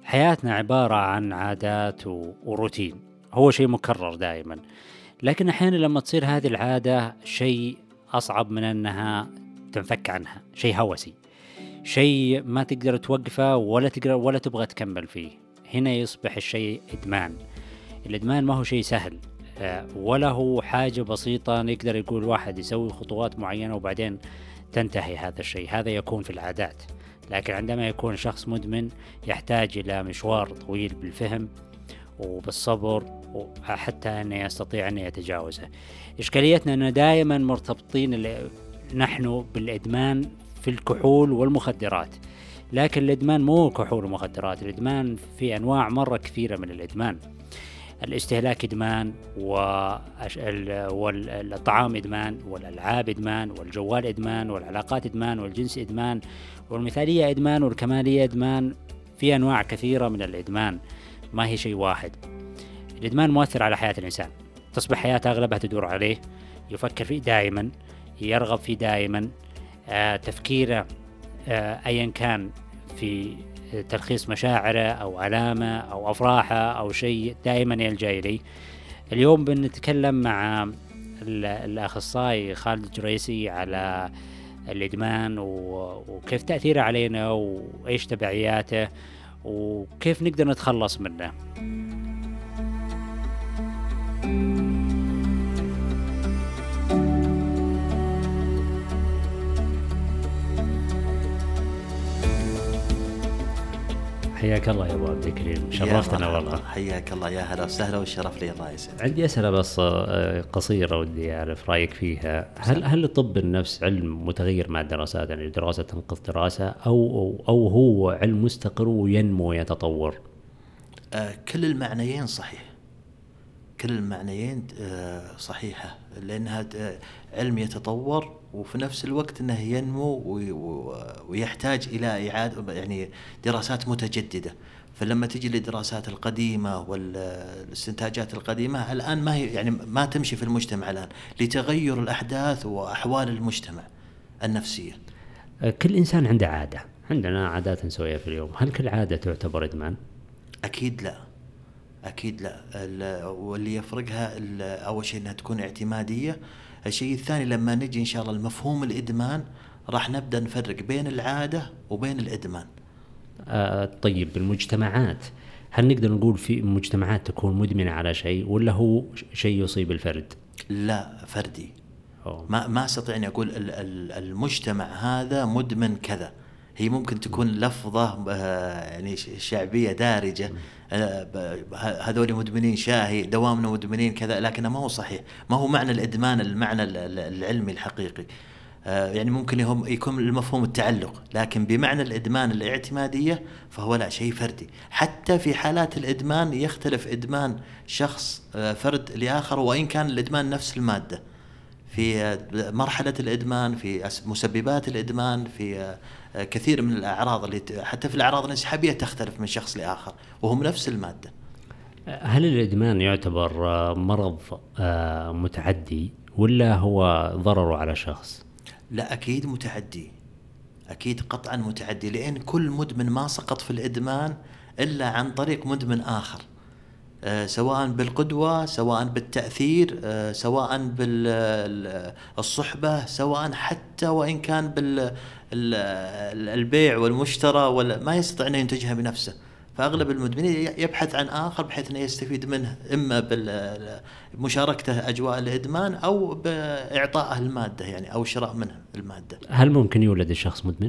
حياتنا عبارة عن عادات وروتين، هو شيء مكرر دائما. لكن أحيانا لما تصير هذه العادة شيء أصعب من أنها تنفك عنها، شيء هوسي، شيء ما تقدر توقفه ولا تقدر ولا تبغى تكمل فيه. هنا يصبح الشيء إدمان. الإدمان ما هو شيء سهل، ولا هو حاجة بسيطة نقدر يقول واحد يسوي خطوات معينة وبعدين تنتهي هذا الشيء. هذا يكون في العادات، لكن عندما يكون شخص مدمن يحتاج إلى مشوار طويل بالفهم وبالصبر وحتى أن يستطيع أن يتجاوزه. إشكاليتنا أنه دائما مرتبطين نحن بالإدمان في الكحول والمخدرات، لكن الإدمان مو كحول ومخدرات. الإدمان في أنواع مرة كثيرة من الإدمان. الاستهلاك إدمان، والطعام إدمان، والألعاب إدمان، والجوال إدمان، والعلاقات إدمان، والجنس إدمان، والمثالية إدمان، والكمالية إدمان. في أنواع كثيرة من الإدمان، ما هي شيء واحد. الإدمان مؤثر على حياة الإنسان، تصبح حياته أغلبها تدور عليه، يفكر فيه دائما، يرغب فيه دائما، تفكيره أيا كان في تلخيص مشاعره أو علامة أو أفراحه أو شيء دائما يلجأ إليه. اليوم بنتكلم مع الأخصائي خالد الجريسي على الإدمان وكيف تأثيره علينا وإيش تبعياته وكيف نقدر نتخلص منه. حياك الله يا ابو عبد الكريم، شرفتنا والله. حياك الله، يا هلا وسهلا والشرف لي. الله يسعدك. عندي اسئله بس قصيره ودي اعرف رايك فيها. هل الطب النفس علم متغير مع الدراسات، يعني دراسه تنقذ دراسه، او هو علم مستقر وينمو ويتطور؟ كل المعنيين صحيح، كل المعنيين صحيحه، لانها علم يتطور وفي نفس الوقت انه ينمو ويحتاج الى اعاده يعني دراسات متجدده. فلما تجي للدراسات القديمه والاستنتاجات القديمه الان ما هي يعني ما تمشي في المجتمع الان لتغير الاحداث واحوال المجتمع النفسيه. كل انسان عنده عاده، عندنا عادات نسويها في اليوم، هل كل عاده تعتبر ادمان؟ اكيد لا، اكيد لا. واللي يفرقها اول شيء انها تكون اعتماديه. الشيء الثاني لما نجي إن شاء الله المفهوم الإدمان راح نبدأ نفرق بين العادة وبين الإدمان. طيب بالمجتمعات، هل نقدر نقول في مجتمعات تكون مدمنة على شيء ولا هو شيء يصيب الفرد؟ لا، فردي. ما استطيع أن أقول المجتمع هذا مدمن كذا. هي ممكن تكون لفظة يعني شعبية دارجة، هذول مدمنين شاهي، دوامنا مدمنين كذا، لكنه ما هو صحيح. ما هو معنى الإدمان المعنى العلمي الحقيقي. يعني ممكن يكون المفهوم التعلق، لكن بمعنى الإدمان الاعتمادية فهو لا، شيء فردي. حتى في حالات الإدمان يختلف إدمان شخص فرد لآخر، وإن كان الإدمان نفس المادة. في مرحلة الإدمان، في مسببات الإدمان، في كثير من الأعراض اللي حتى في الأعراض الانسحابية تختلف من شخص لآخر وهم نفس المادة. هل الإدمان يعتبر مرض متعدي ولا هو ضرره على شخص؟ لا، أكيد متعدي، أكيد قطعا متعدي، لأن كل مدمن ما سقط في الإدمان إلا عن طريق مدمن آخر، سواء بالقدوة، سواء بالتأثير، سواء بالصحبة، سواء حتى وإن كان بالبيع والمشترى، ولا ما يستطيع أن ينتجها بنفسه. فأغلب المدمنين يبحث عن آخر بحيث أن يستفيد منه، إما بمشاركته أجواء الإدمان أو بإعطائه المادة يعني، أو شراء منه المادة. هل ممكن يولد الشخص مدمن؟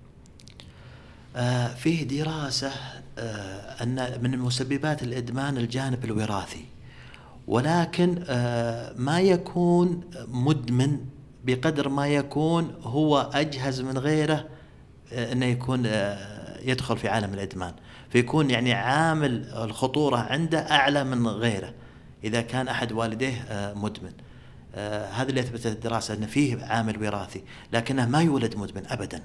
فيه دراسة أن من مسببات الإدمان الجانب الوراثي، ولكن ما يكون مدمن بقدر ما يكون هو أجهز من غيره أنه يكون يدخل في عالم الإدمان، فيكون يعني عامل الخطورة عنده أعلى من غيره إذا كان أحد والديه مدمن. هذا اللي أثبتت الدراسة، أن فيه عامل وراثي، لكنه ما يولد مدمن أبداً.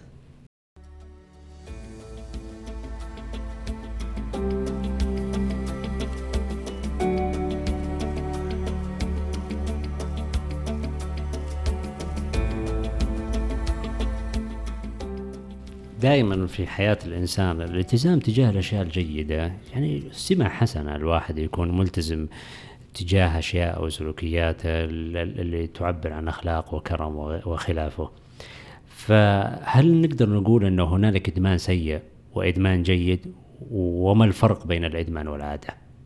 دائما في حياة الإنسان الالتزام تجاه الأشياء الجيدة يعني سمة حسنة، الواحد يكون ملتزم تجاه أشياء أو سلوكيات اللي تعبر عن أخلاق وكرم وخلافه. فهل نقدر نقول أنه هنالك إدمان سيء وإدمان جيد، وما الفرق بين الإدمان والعادة؟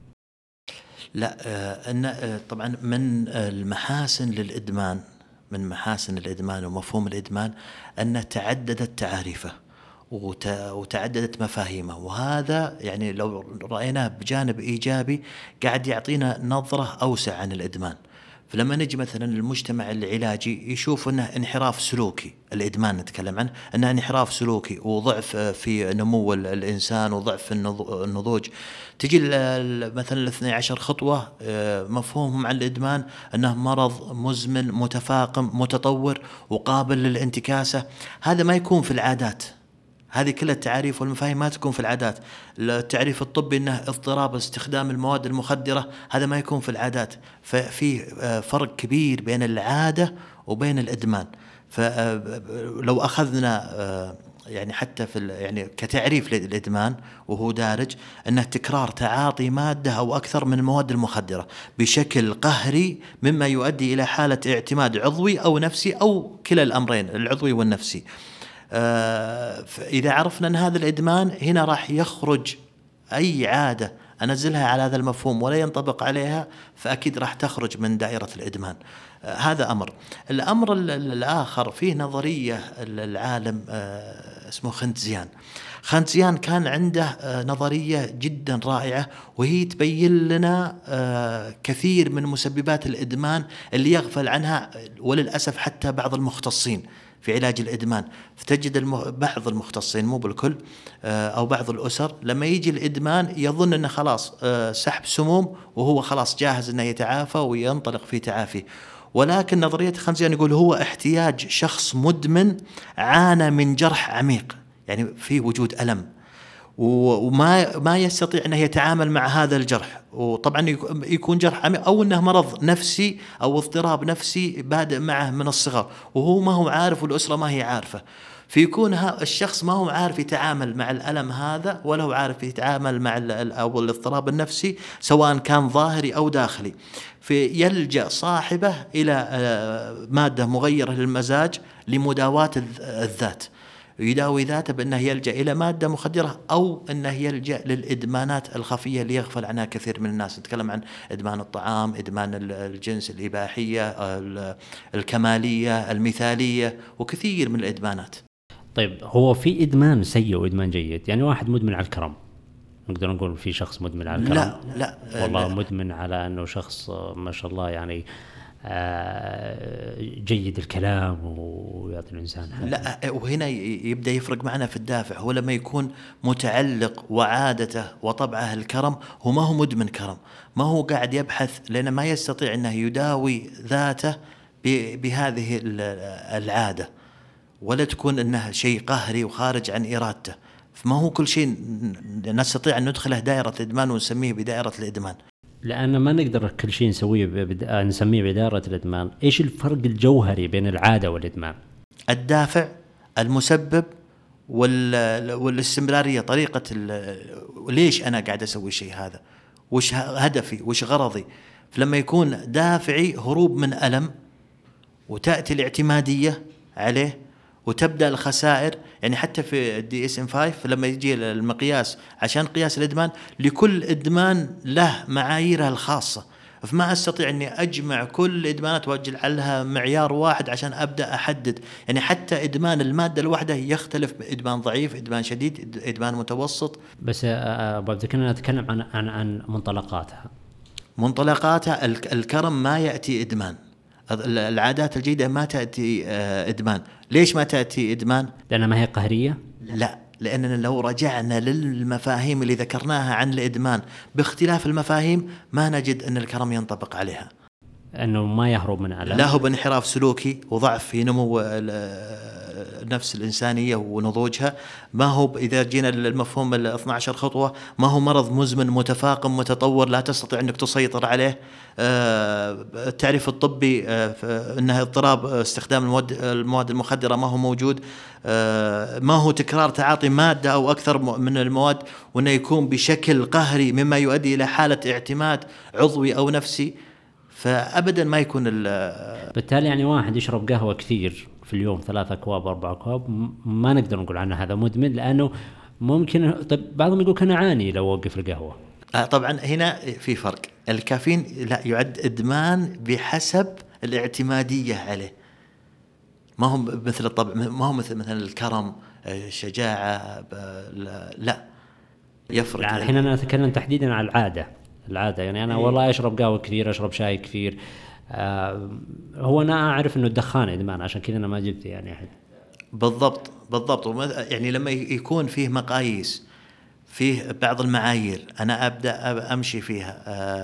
لا، طبعا من المحاسن للإدمان، من محاسن الإدمان ومفهوم الإدمان أن تعددت تعاريفه وتعددت مفاهيمه، وهذا يعني لو رأيناه بجانب إيجابي قاعد يعطينا نظرة أوسع عن الإدمان. فلما نجي مثلا المجتمع العلاجي يشوف انه انحراف سلوكي، الادمان نتكلم عنه انه انحراف سلوكي وضعف في نمو الانسان وضعف في النضوج، تجي مثلا 12 خطوة مفهومهم عن الادمان انه مرض مزمن متفاقم متطور وقابل للانتكاسة. هذا ما يكون في العادات، هذه كل التعاريف والمفاهيم ما تكون في العادات. التعريف الطبي انه اضطراب استخدام المواد المخدرة، هذا ما يكون في العادات. ففي فرق كبير بين العادة وبين الإدمان. فلو أخذنا يعني حتى في يعني كتعريف للإدمان وهو دارج أنه تكرار تعاطي مادة أو أكثر من المواد المخدرة بشكل قهري مما يؤدي إلى حالة اعتماد عضوي أو نفسي أو كلا الأمرين العضوي والنفسي. إذا عرفنا أن هذا الإدمان هنا راح يخرج أي عادة أنزلها على هذا المفهوم ولا ينطبق عليها، فأكيد راح تخرج من دائرة الإدمان. هذا أمر. الأمر الآخر فيه نظرية العالم اسمه خنتزيان كان عنده نظرية جدا رائعة، وهي تبين لنا كثير من مسببات الإدمان اللي يغفل عنها وللأسف حتى بعض المختصين في علاج الإدمان. فتجد بعض المختصين مو بالكل أو بعض الأسر لما يجي الإدمان يظن أنه خلاص سحب سموم وهو خلاص جاهز أنه يتعافى وينطلق في تعافي، ولكن نظرية خنزيان يقول هو احتياج شخص مدمن عانى من جرح عميق، يعني في وجود ألم وما يستطيع أنه يتعامل مع هذا الجرح، وطبعا يكون جرح عميق أو أنه مرض نفسي أو اضطراب نفسي بادئ معه من الصغر وهو ما هو عارف والأسرة ما هي عارفة. فيكون الشخص ما هو عارف يتعامل مع الألم هذا ولا هو عارف يتعامل مع أو الاضطراب النفسي سواء كان ظاهري أو داخلي، فيلجأ صاحبه إلى مادة مغيرة للمزاج لمداواة الذات، يداوي ذاته بأنه يلجأ إلى مادة مخدرة أو أنه يلجأ للإدمانات الخفية اللي يغفل عنها كثير من الناس. نتكلم عن إدمان الطعام، إدمان الجنس، الإباحية، الكمالية، المثالية، وكثير من الإدمانات. طيب هو في إدمان سيء وإدمان جيد؟ يعني واحد مدمن على الكرم نقدر نقول في شخص مدمن على الكرم؟ لا والله لا. مدمن على أنه شخص ما شاء الله يعني جيد الكلام ويعطي الإنسان حاجة. لا، وهنا يبدأ يفرق معنا في الدافع. هو لما يكون متعلق وعادته وطبعه الكرم، هو ما هو مدمن كرم، ما هو قاعد يبحث لأنه ما يستطيع أنه يداوي ذاته بهذه العادة، ولا تكون أنها شيء قهري وخارج عن إرادته. فما هو كل شيء نستطيع أن ندخله دائرة الإدمان ونسميه بدائرة الإدمان، لأن ما نقدر كل شيء نسميه بدائرة الإدمان. إيش الفرق الجوهري بين العادة والإدمان؟ الدافع، المسبب، والاستمرارية، طريقة ليش أنا قاعد أسوي الشيء هذا، وش هدفي، وش غرضي. فلما يكون دافعي هروب من ألم، وتأتي الاعتمادية عليه، وتبدأ الخسائر. يعني حتى في DSM-5 لما يجي المقياس عشان قياس الإدمان، لكل إدمان له معاييرها الخاصة، فما أستطيع أني أجمع كل الإدمانات وأجعلها معيار واحد عشان أبدأ أحدد. يعني حتى إدمان المادة الواحدة يختلف، إدمان ضعيف، إدمان شديد، إدمان متوسط. بس أبو عبد الكريم نتكلم عن منطلقاتها. الكرم ما يأتي إدمان، العادات الجيدة ما تأتي إدمان. ليش ما تأتي إدمان؟ لأنها ما هي قهرية؟ لا، لأننا لو رجعنا للمفاهيم اللي ذكرناها عن الإدمان باختلاف المفاهيم ما نجد أن الكرم ينطبق عليها. أنه ما يهرب من ألم، لا هو بانحراف سلوكي وضعف في نمو نفس الإنسانية ونضوجها. ما هو إذا جينا للمفهوم 12 خطوة، ما هو مرض مزمن متفاقم متطور لا تستطيع أنك تسيطر عليه. التعريف الطبي أنها اضطراب استخدام المواد المخدرة ما هو موجود. ما هو تكرار تعاطي مادة أو أكثر من المواد، وأنه يكون بشكل قهري مما يؤدي إلى حالة اعتماد عضوي أو نفسي. فأبدا ما يكون بالتالي يعني واحد يشرب قهوة كثير في اليوم 3 أكواب 4 أكواب ما نقدر نقول عنه هذا مدمن، لأنه ممكن طيب بعضهم يقول كان عاني لو وقف القهوة. طبعا هنا في فرق. الكافيين لا يعد إدمان بحسب الاعتمادية عليه، ما هو مثل الطبع، ما هو مثل الكرم الشجاعة، لا يفرق. يعني الحين أنا أتكلم تحديدا عن العادة يعني أنا والله أشرب قهوة كثير، أشرب شاي كثير. هو أنا أعرف إنه الدخان إدمان، عشان كذا أنا ما جبت يعني أحد. بالضبط. يعني لما يكون فيه مقاييس، فيه بعض المعايير أنا أبدأ أمشي فيها،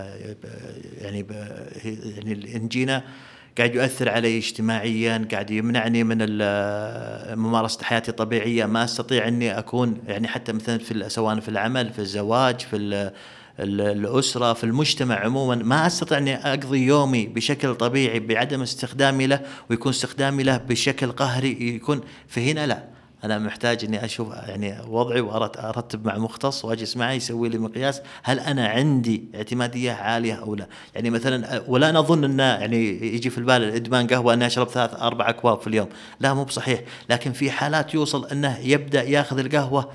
يعني إن جينا قاعد يؤثر علي اجتماعيا، قاعد يمنعني من ممارسة حياتي طبيعية، ما أستطيع أني أكون يعني حتى مثلا سواء في العمل، في الزواج، في الأسرة، في المجتمع عموما، ما أستطيع أني أقضي يومي بشكل طبيعي بعدم استخدامي له، ويكون استخدامي له بشكل قهري يكون. فهنا لا، أنا محتاج أني أشوف يعني وضعي وأرتب مع مختص وأجلس معي يسوي لي مقياس هل أنا عندي اعتمادية عالية أو لا. يعني مثلا ولا نظن أن يعني يجي في البال الإدمان قهوة أن أشرب 3-4 أكواب في اليوم، لا مو بصحيح. لكن في حالات يوصل أنه يبدأ يأخذ القهوة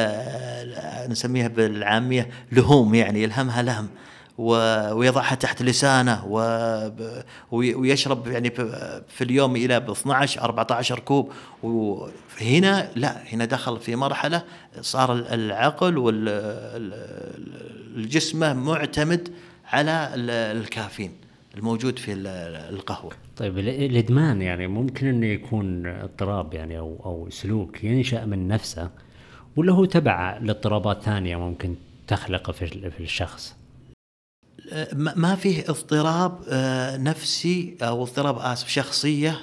نسميها بالعامية لهوم، يعني يلهمها لهم ويضعها تحت لسانه ويشرب يعني في اليوم إلى 12-14 كوب. وهنا لا، هنا دخل في مرحلة صار العقل والجسم معتمد على الكافيين الموجود في القهوة. طيب الإدمان يعني ممكن أنه يكون اضطراب يعني أو سلوك ينشأ من نفسه، ولا هو تبع لاضطرابات ثانية ممكن تخلق في الشخص؟ ما فيه اضطراب نفسي أو اضطراب شخصية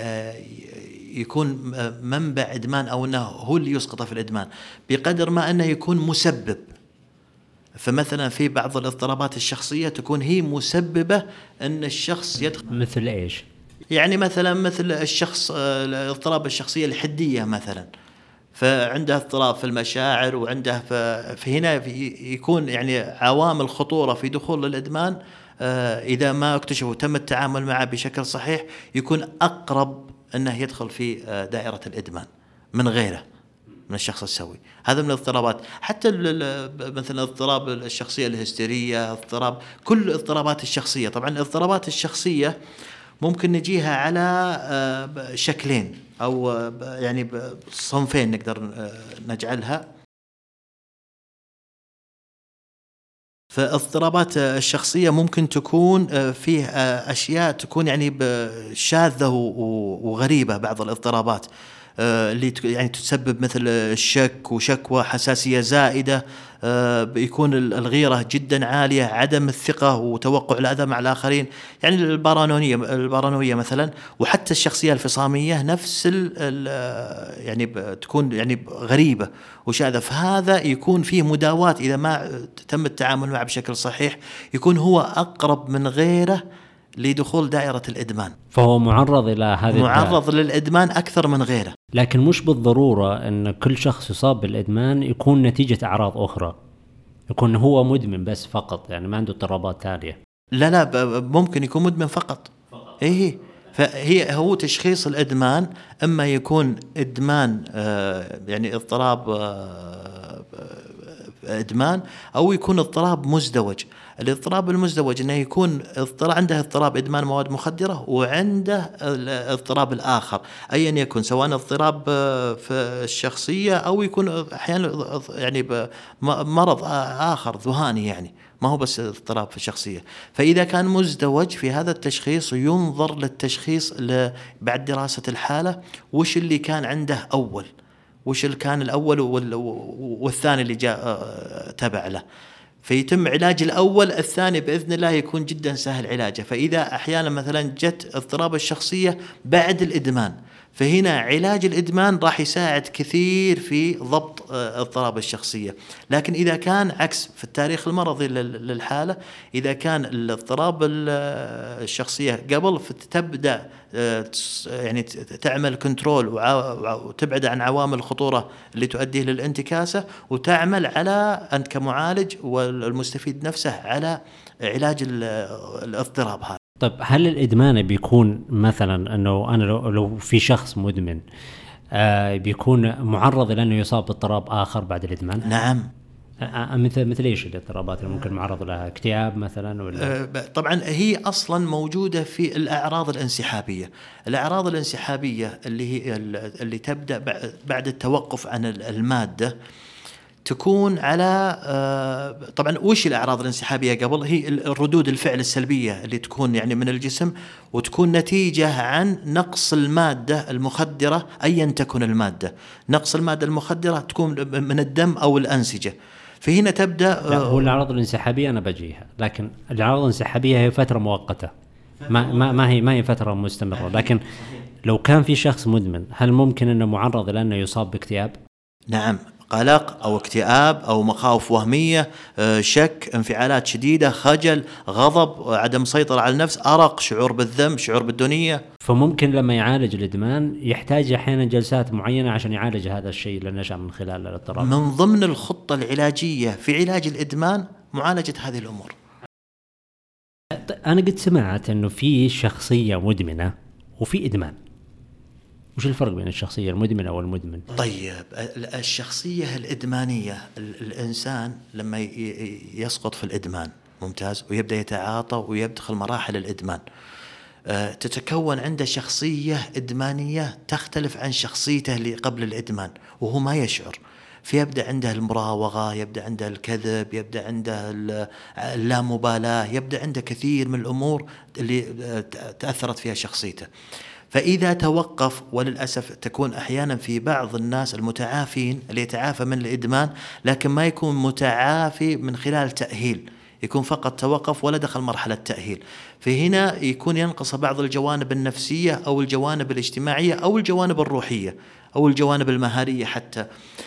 يكون منبع إدمان أو أنه هو اللي يسقطه في الإدمان، بقدر ما أنه يكون مسبب. فمثلا في بعض الاضطرابات الشخصية تكون هي مسببة أن الشخص يدخل. مثل إيش؟ يعني مثل الشخص الاضطراب الشخصية الحدية مثلا، فعنده اضطراب في المشاعر وعنده فهنا يكون يعني عوامل خطورة في دخول الإدمان. إذا ما اكتشف وتم التعامل معه بشكل صحيح يكون أقرب أنه يدخل في دائرة الإدمان من غيره، من الشخص السوي. هذا من الاضطرابات. حتى مثلا اضطراب الشخصية الهستيرية، اضطراب كل اضطرابات الشخصية. طبعا الاضطرابات الشخصية ممكن نجيها على شكلين أو يعني صنفين نقدر نجعلها. فاضطرابات الشخصية ممكن تكون فيه أشياء تكون يعني شاذة وغريبة. بعض الاضطرابات اللي يعني تسبب مثل الشك وشكوى، حساسية زائدة، يكون الغيرة جدا عالية، عدم الثقة وتوقع الأذى مع الآخرين، يعني البارانوية مثلا. وحتى الشخصية الفصامية نفس يعني تكون يعني غريبة وشاذة. فهذا يكون فيه مداواة إذا ما تم التعامل معه بشكل صحيح، يكون هو أقرب من غيره لدخول دائرة الإدمان. فهو معرض إلى هذه معرض للإدمان أكثر من غيره. لكن مش بالضرورة أن كل شخص يصاب بالإدمان يكون نتيجة أعراض أخرى، يكون هو مدمن بس فقط، يعني ما عنده اضطرابات ثانية. لا ممكن يكون مدمن فقط. إيه، هو تشخيص الإدمان إما يكون إدمان يعني اضطراب إدمان، أو يكون اضطراب مزدوج. الاضطراب المزدوج إنه يكون عنده اضطراب إدمان مواد مخدرة وعنده الاضطراب الآخر أيا يكن، سواء اضطراب في الشخصية أو يكون أحيانا يعني مرض آخر ذهاني، يعني ما هو بس اضطراب في الشخصية. فإذا كان مزدوج في هذا التشخيص ينظر للتشخيص بعد دراسة الحالة، وش اللي كان عنده وش اللي كان الأول والثاني اللي جاء تبع له. فيتم علاج الأول، الثاني بإذن الله يكون جدا سهل علاجه. فإذا أحيانا مثلا جت اضطراب الشخصية بعد الإدمان، فهنا علاج الإدمان راح يساعد كثير في ضبط اضطراب الشخصية. لكن إذا كان عكس في التاريخ المرضي للحالة، إذا كان الاضطراب الشخصية قبل، فتبدأ يعني تعمل كنترول وتبعد عن عوامل الخطورة اللي تؤديه للانتكاسة، وتعمل على أنت كمعالج والمستفيد نفسه على علاج الاضطراب هذا. طيب هل الإدمان بيكون مثلا أنه أنا لو في شخص مدمن بيكون معرض لأنه يصاب باضطراب آخر بعد الإدمان؟ نعم. مثل إيش الاضطرابات اللي ممكن معرض لها؟ اكتئاب مثلا ولا؟ طبعا هي أصلا موجودة في الأعراض الانسحابية. الأعراض الانسحابية اللي تبدأ بعد التوقف عن المادة، تكون على طبعا وش الأعراض الانسحابية قبل؟ هي الردود الفعل السلبية اللي تكون يعني من الجسم، وتكون نتيجة عن نقص المادة المخدرة أيا تكن المادة. نقص المادة المخدرة تكون من الدم أو الأنسجة. فهنا تبدأ هو الأعراض الانسحابية أنا بجيها، لكن الأعراض الانسحابية هي فترة مؤقتة، ما هي فترة مستمرة. لكن لو كان في شخص مدمن، هل ممكن أنه معرض لأنه يصاب باكتئاب؟ نعم، قلق أو اكتئاب أو مخاوف وهمية، شك، انفعالات شديدة، خجل، غضب، عدم سيطرة على النفس، أرق، شعور بالذنب، شعور بالدونية. فممكن لما يعالج الإدمان يحتاج أحيانا جلسات معينة عشان يعالج هذا الشيء اللي نشأ من خلال الاضطراب. من ضمن الخطة العلاجية في علاج الإدمان معالجة هذه الأمور. أنا قد سمعت أنه في شخصية مدمنة وفي إدمان. وش الفرق بين الشخصية المدمنة والمدمن؟ طيب، الشخصية الإدمانية، الإنسان لما يسقط في الإدمان ممتاز ويبدأ يتعاطى ويدخل مراحل الإدمان، تتكون عنده شخصية إدمانية تختلف عن شخصيته اللي قبل الإدمان، وهو ما يشعر. فيبدأ عنده المراوغة، يبدأ عنده الكذب، يبدأ عنده اللامبالاة، يبدأ عنده كثير من الأمور اللي تأثرت فيها شخصيته. فإذا توقف، وللأسف تكون أحيانا في بعض الناس المتعافين اللي يتعافى من الإدمان لكن ما يكون متعافي من خلال تأهيل، يكون فقط توقف ولا دخل مرحلة تأهيل. فهنا يكون ينقص بعض الجوانب النفسية أو الجوانب الاجتماعية أو الجوانب الروحية أو الجوانب المهارية حتى.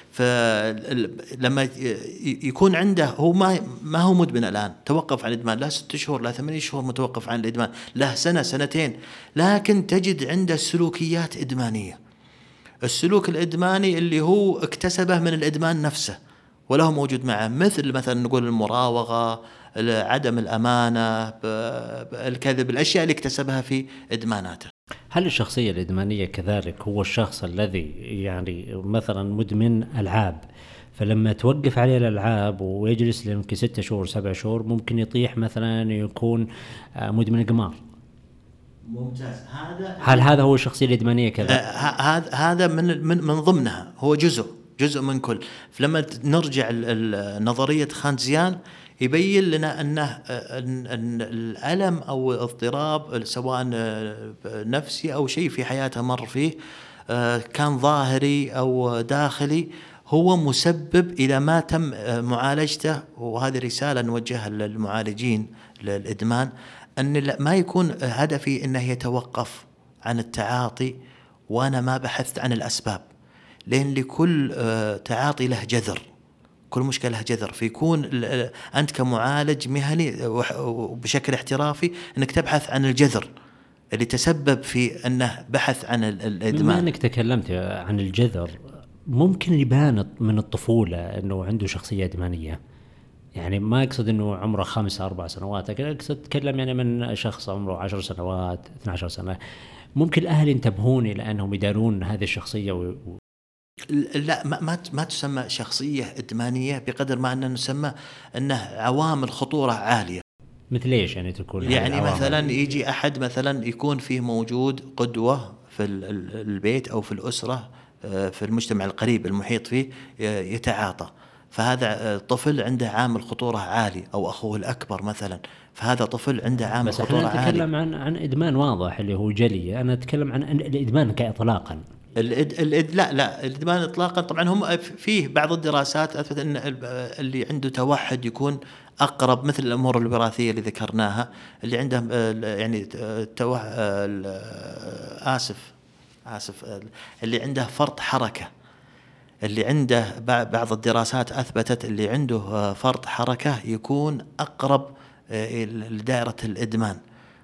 فلما يكون عنده هو ما هو مدمن الآن، توقف عن الإدمان، لا 6 شهور لا 8 شهور متوقف عن الإدمان، لا سنة سنتين، لكن تجد عنده سلوكيات إدمانية. السلوك الإدماني اللي هو اكتسبه من الإدمان نفسه وله موجود معه، مثلا نقول المراوغة، عدم الأمانة، الكذب، الأشياء اللي اكتسبها في إدماناته. هل الشخصية الإدمانية كذلك هو الشخص الذي يعني مثلا مدمن ألعاب، فلما توقف عليه الألعاب ويجلس يمكن 6 شهور 7 شهور ممكن يطيح مثلا يكون مدمن قمار؟ ممتاز. هل هذا هو الشخصية الإدمانية كذا؟ هذا من ضمنها، هو جزء من كل. فلما نرجع نظرية خانزيان يبين لنا أن الألم أو الاضطراب سواء نفسي أو شيء في حياته مر فيه كان ظاهري أو داخلي، هو مسبب إذا ما تم معالجته. وهذه رسالة نوجهها للمعالجين للإدمان، أن ما يكون هدفي أنه يتوقف عن التعاطي وأنا ما بحثت عن الأسباب، لأن لكل تعاطي له جذر، كل مشكلة له جذر. فيكون أنت كمعالج مهني وبشكل احترافي أنك تبحث عن الجذر اللي تسبب في أنه بحث عن الإدمان. بما أنك تكلمت عن الجذر، ممكن يبان من الطفولة أنه عنده شخصية إدمانية، يعني ما أقصد أنه عمره 5-4 سنوات، أقصد أتكلم يعني من شخص عمره 10 سنوات 12 سنة. ممكن الأهل ينتبهون إلى أنهم يدارون هذه الشخصية لا، ما تسمى شخصية إدمانية بقدر ما أننا نسمى أنه عوامل خطورة عالية. مثل إيش يعني تكون؟ يعني مثلا يجي أحد مثلا يكون فيه موجود قدوة في البيت أو في الأسرة، في المجتمع القريب المحيط فيه يتعاطى، فهذا طفل عنده عامل خطورة عالي، أو أخوه الأكبر مثلا، فهذا طفل عنده عامل خطورة عالي. بس أتكلم عن إدمان واضح اللي هو جلي، أنا أتكلم عن الإدمان كإطلاقا. لا الإدمان إطلاقا. طبعا هم فيه بعض الدراسات أثبت أن اللي عنده توحد يكون أقرب، مثل الأمور الوراثية اللي ذكرناها، اللي عنده يعني آسف اللي عنده فرط حركة، اللي عنده بعض الدراسات أثبتت اللي عنده فرط حركة يكون أقرب لدائرة الإدمان.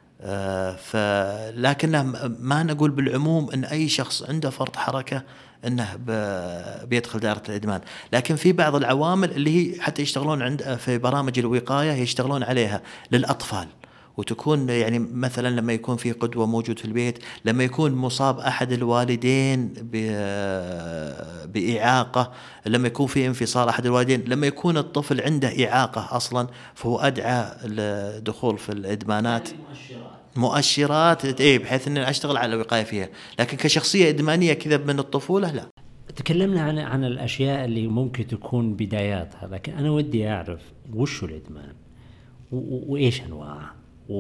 لكنه ما نقول بالعموم أن أي شخص عنده فرط حركة أنه بيدخل دائرة الإدمان، لكن في بعض العوامل اللي هي حتى يشتغلون في برامج الوقاية يشتغلون عليها للأطفال، وتكون يعني مثلا لما يكون في قدوة موجود في البيت، لما يكون مصاب أحد الوالدين بإعاقة، لما يكون في انفصال أحد الوالدين، لما يكون الطفل عنده إعاقة أصلا، فهو أدعى للدخول في الإدمانات. مؤشرات إيه، بحيث أن أشتغل على الوقاية فيها، لكن كشخصية إدمانية كذا من الطفولة لا. تكلمنا عن الأشياء اللي ممكن تكون بداياتها، لكن أنا ودي أعرف وش الإدمان وإيش أنواعه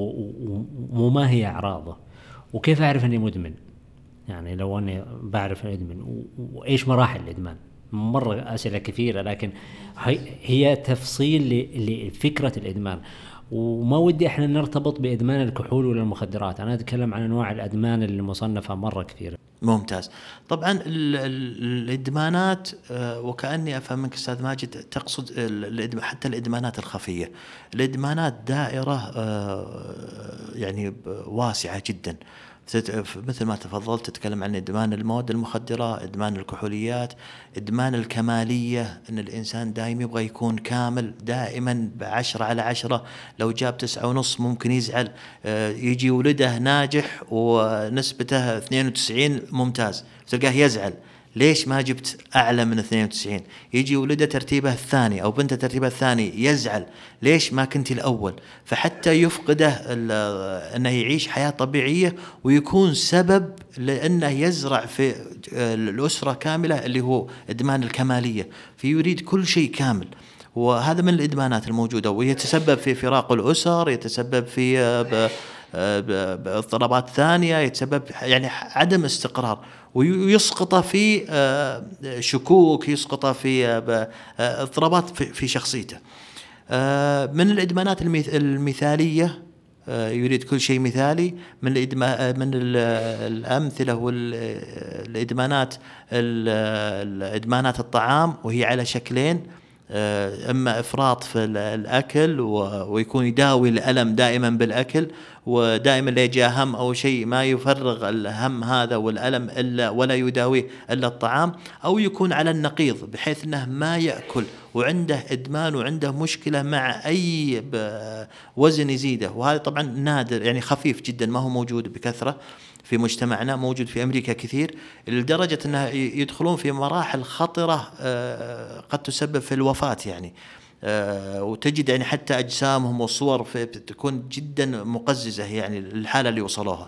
وما هي أعراضه، وكيف أعرف أني مدمن. يعني لو أني بعرف الإدمان وإيش مراحل الإدمان. مرة أسئلة كثيرة، لكن هي تفصيل لفكرة الإدمان. وما ودي احنا نرتبط بإدمان الكحول ولا المخدرات، أنا أتكلم عن أنواع الأدمان اللي مصنفة مرة كثيرة. ممتاز. طبعا الإدمانات، وكأني أفهم منك أستاذ ماجد تقصد حتى الإدمانات الخفية. الإدمانات دائرة يعني واسعة جدا، مثل ما تفضلت تتكلم عن إدمان المواد المخدرة، إدمان الكحوليات، إدمان الكمالية، أن الإنسان دائما يبغى يكون كامل دائما ب10/10، لو جاب 9.5 ممكن يزعل. يجي ولده ناجح ونسبته 92 ممتاز، تلقاه يزعل ليش ما جبت أعلى من 92. يجي ولده ترتيبه الثاني أو بنته ترتيبه الثاني، يزعل ليش ما كنت الأول. فحتى يفقده أنه يعيش حياة طبيعية، ويكون سبب لأنه يزرع في الأسرة كاملة اللي هو إدمان الكمالية، فيريد كل شيء كامل. وهذا من الإدمانات الموجودة، ويتسبب في فراق الأسر، يتسبب في اضطرابات ثانية، يتسبب يعني عدم استقرار، ويسقط في شكوك، يسقط في اضطرابات في شخصيته. من الإدمانات المثالية، يريد كل شيء مثالي. من الأمثلة والإدمانات إدمانات الطعام، وهي على شكلين: إما إفراط في الأكل ويكون يداوي الألم دائما بالأكل، ودائما لا يجي هم أو شيء ما يفرغ الهم هذا والألم إلا ولا يداويه إلا الطعام، أو يكون على النقيض بحيث أنه ما يأكل وعنده إدمان وعنده مشكلة مع أي وزن يزيده. وهذا طبعا نادر، يعني خفيف جدا، ما هو موجود بكثرة في مجتمعنا، موجود في أمريكا كثير، لدرجة أنه يدخلون في مراحل خطرة قد تسبب في الوفاة يعني. وتجد يعني حتى أجسامهم والصور تكون جدا مقززة يعني الحالة اللي وصلوها.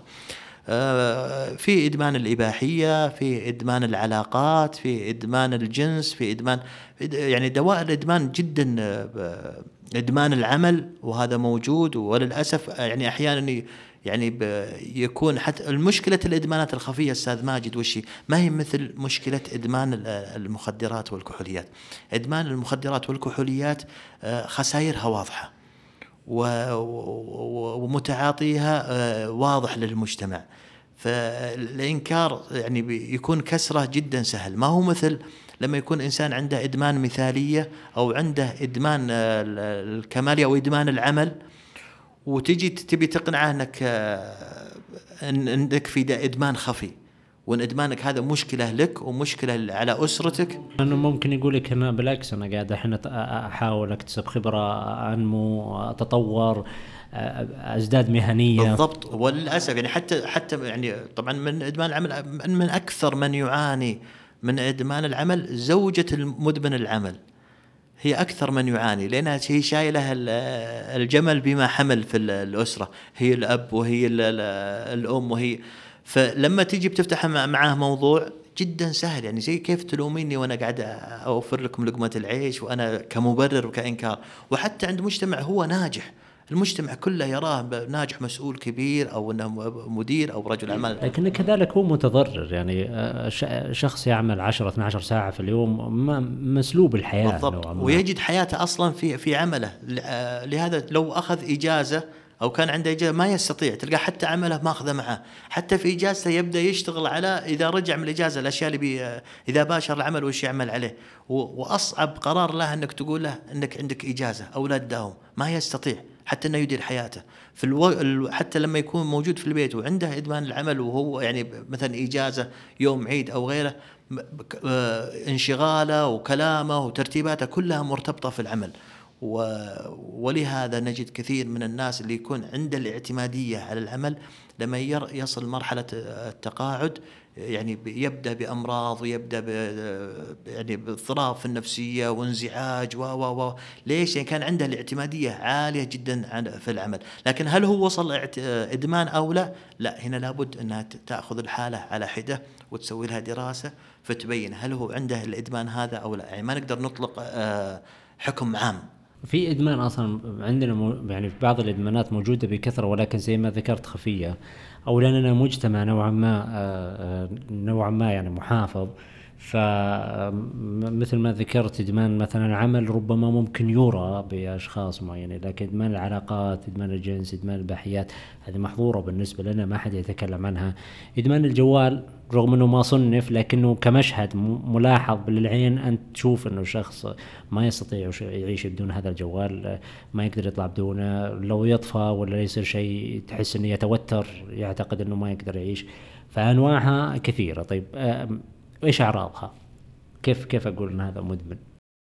في إدمان الإباحية، في إدمان العلاقات، في إدمان الجنس، في إدمان يعني دواء الإدمان جدا، إدمان العمل، وهذا موجود. وللأسف يعني أحيانا يعني يكون حتى المشكلة الإدمانات الخفية أستاذ ماجد وشي ما هي مثل مشكلة إدمان المخدرات والكحوليات. إدمان المخدرات والكحوليات خسائرها واضحة، ومتعاطيها واضح للمجتمع، فالإنكار يعني يكون كسره جدا سهل. ما هو مثل لما يكون إنسان عنده إدمان مثالية أو عنده إدمان الكمالية أو إدمان العمل، وتجي تبي تقنعه أنك عندك في إدمان خفي، وأن إدمانك هذا مشكلة لك ومشكلة على أسرتك. أنه ممكن يقولك أنا بالعكس، أنا قاعد الحين أحاول أكتسب خبرة، أنمو، أتطور، أزداد مهنية. بالضبط. وللأسف يعني حتى يعني طبعا من إدمان العمل، من أكثر من يعاني من إدمان العمل زوجة المدمن العمل، هي أكثر من يعاني، لأنها هي شايلة الجمل بما حمل في الأسرة، هي الأب وهي الأم وهي. فلما تيجي بتفتح معاه موضوع جدا سهل، يعني زي كيف تلوميني وأنا قاعد أوفر لكم لقمة العيش، وأنا كمبرر وكإنكار. وحتى عند مجتمع هو ناجح، المجتمع كله يراه ناجح مسؤول كبير أو أنه مدير أو رجل أعمال. لكن كذلك هو متضرر، يعني شخص يعمل 10-12 ساعة في اليوم مسلوب الحياة بالضبط، ويجد حياته أصلا في عمله. لهذا لو أخذ إجازة أو كان عنده إجازة ما يستطيع، تلقى حتى عمله ما أخذه معه، حتى في إجازته يبدأ يشتغل على إذا رجع من الإجازة الأشياء اللي إذا باشر العمل وش يعمل عليه. وأصعب قرار له أنك تقول له أنك عندك إجازة أو لا تداوم، ما يستطيع حتى أنه يدير حياته حتى لما يكون موجود في البيت وعنده إدمان العمل، وهو يعني مثلا إجازة يوم عيد أو غيره، انشغاله وكلامه وترتيباته كلها مرتبطة في العمل. ولهذا نجد كثير من الناس اللي يكون عنده الاعتمادية على العمل لما يصل مرحلة التقاعد يعني يبدأ بأمراض ويبدأ يعني باضطراب في النفسية وانزعاج ليش؟ يعني كان عنده الاعتمادية عالية جدا في العمل. لكن هل هو وصل إدمان أو لا؟ لا، هنا لابد أنها تأخذ الحالة على حدة وتسوي لها دراسة فتبين هل هو عنده الإدمان هذا أو لا. يعني ما نقدر نطلق حكم عام. في إدمان أصلا عندنا يعني في بعض الإدمانات موجودة بكثرة، ولكن زي ما ذكرت خفية، أو لأننا مجتمع نوعا ما يعني محافظ. فمثل ما ذكرت إدمان مثلا العمل ربما ممكن يرى بأشخاص معينة، لكن إدمان العلاقات، إدمان الجنس، إدمان الباحيات هذه محظورة بالنسبة لنا، ما حد يتكلم عنها. إدمان الجوال رغم أنه ما صنف، لكنه كمشهد ملاحظ للعين، أنت تشوف أنه شخص ما يستطيع يعيش بدون هذا الجوال، ما يقدر يطلع بدونه، لو يطفى ولا يصير شيء تحس أنه يتوتر، يعتقد أنه ما يقدر يعيش. فأنواعها كثيرة. طيب إيش أعراضها؟ كيف أقول أن هذا مدمن؟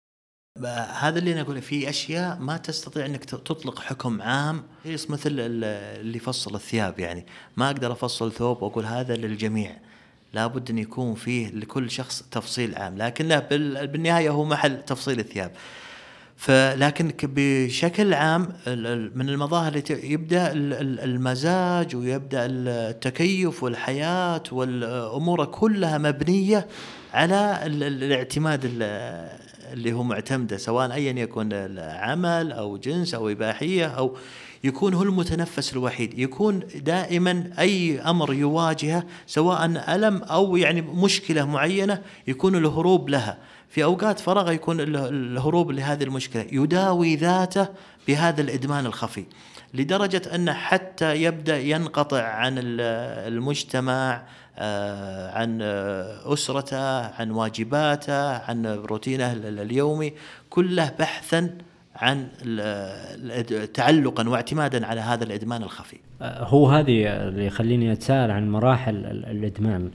هذا اللي أنا أقوله، في أشياء ما تستطيع أنك تطلق حكم عام. مثل اللي يفصل الثياب، يعني ما أقدر أفصل ثوب وأقول هذا للجميع، لابد أن يكون فيه لكل شخص تفصيل عام، لكنه بالنهاية هو محل تفصيل الثياب. لكن بشكل عام من المظاهر اللي يبدأ المزاج ويبدأ التكيف والحياة والأمور كلها مبنية على الاعتماد اللي هو معتمده، سواء أيا يكون عمل أو جنس أو إباحية، أو يكون هو المتنفس الوحيد، يكون دائما أي أمر يواجهه سواء ألم أو يعني مشكلة معينة يكون الهروب لها. في أوقات فراغ يكون الهروب لهذه المشكلة، يداوي ذاته بهذا الإدمان الخفي، لدرجة أنه حتى يبدأ ينقطع عن المجتمع، عن أسرته، عن واجباته، عن روتينه اليومي، كله بحثا عن تعلقا واعتمادا على هذا الإدمان الخفي. هو هذه اللي يخليني أتساءل عن مراحل الإدمان.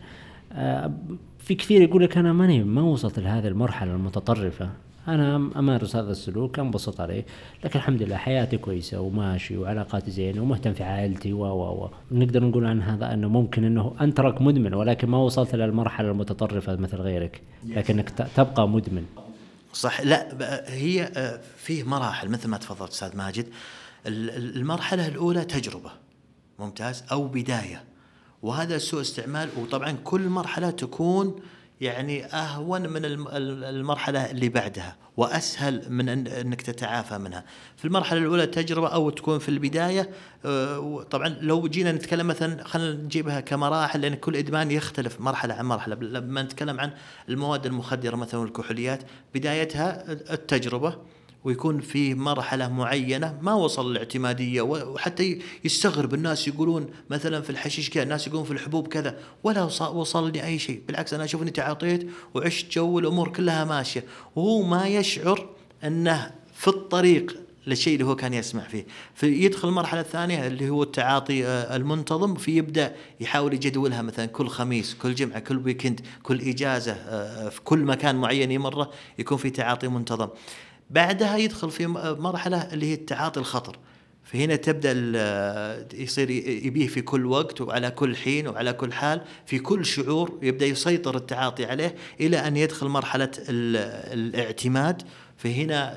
في كثير يقول لك أنا ما وصلت لهذه المرحلة المتطرفة، أنا أمارس هذا السلوك، أنبسط عليه، لكن الحمد لله حياتي كويسة وماشي وعلاقاتي زينة ومهتم في عائلتي نقدر نقول عن هذا أنه ممكن أنه أنت تراك مدمن، ولكن ما وصلت للمرحلة المتطرفة مثل غيرك، لكنك تبقى مدمن. صح. لا، هي فيه مراحل مثل ما تفضلت أستاذ ماجد. المرحلة الأولى تجربة ممتاز أو بداية، وهذا سوء استعمال. وطبعا كل مرحلة تكون يعني أهون من المرحلة اللي بعدها وأسهل من أنك تتعافى منها. في المرحلة الأولى تجربة أو تكون في البداية. طبعا لو جينا نتكلم مثلا، خلينا نجيبها كمراحل، لأن كل إدمان يختلف مرحلة عن مرحلة. لما نتكلم عن المواد المخدرة مثلا الكحوليات، بدايتها التجربة، ويكون في مرحلة معينة ما وصل الاعتمادية، وحتى يستغرب الناس يقولون مثلا في الحشيش كذا، الناس يقولون في الحبوب كذا، ولا وصل لي أي شيء. بالعكس أنا أشوف أني تعاطيت وعشت جو الأمور كلها ماشية، وهو ما يشعر أنه في الطريق للشيء اللي هو كان يسمع فيه. فيدخل المرحلة الثانية اللي هو التعاطي المنتظم، فيبدأ يحاول يجدولها مثلا كل خميس، كل جمعة، كل ويكند، كل إجازة، في كل مكان معين يمره يكون في تعاطي منتظم. بعدها يدخل في مرحلة اللي هي التعاطي الخطر، فهنا تبدأ يصير يبيه في كل وقت وعلى كل حين وعلى كل حال في كل شعور، يبدأ يسيطر التعاطي عليه إلى أن يدخل مرحلة الاعتماد. فهنا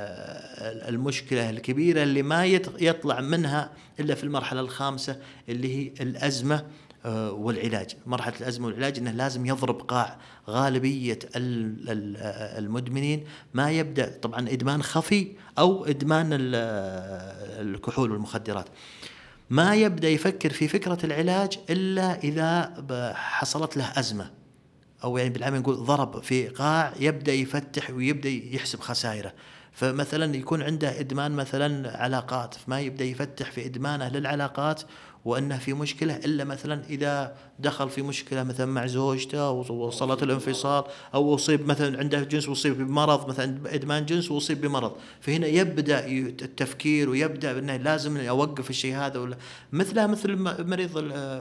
المشكلة الكبيرة اللي ما يطلع منها إلا في المرحلة الخامسة اللي هي الأزمة والعلاج. مرحلة الأزمة والعلاج أنه لازم يضرب قاع. غالبية المدمنين ما يبدأ طبعا إدمان خفي أو إدمان الكحول والمخدرات، ما يبدأ يفكر في فكرة العلاج إلا إذا حصلت له أزمة، أو يعني بالعامة نقول ضرب في قاع، يبدأ يفتح ويبدأ يحسب خسائره. فمثلا يكون عنده إدمان مثلا علاقات، فما يبدأ يفتح في إدمانه للعلاقات وأنه في مشكلة إلا مثلا إذا دخل في مشكلة مثلا مع زوجته ووصلت الانفصال، أو أصيب مثلا عنده جنس وأصيب بمرض مثلا إدمان جنس وأصيب بمرض، فهنا يبدأ التفكير ويبدأ أنه لازم أوقف الشيء هذا، ولا مثل مريض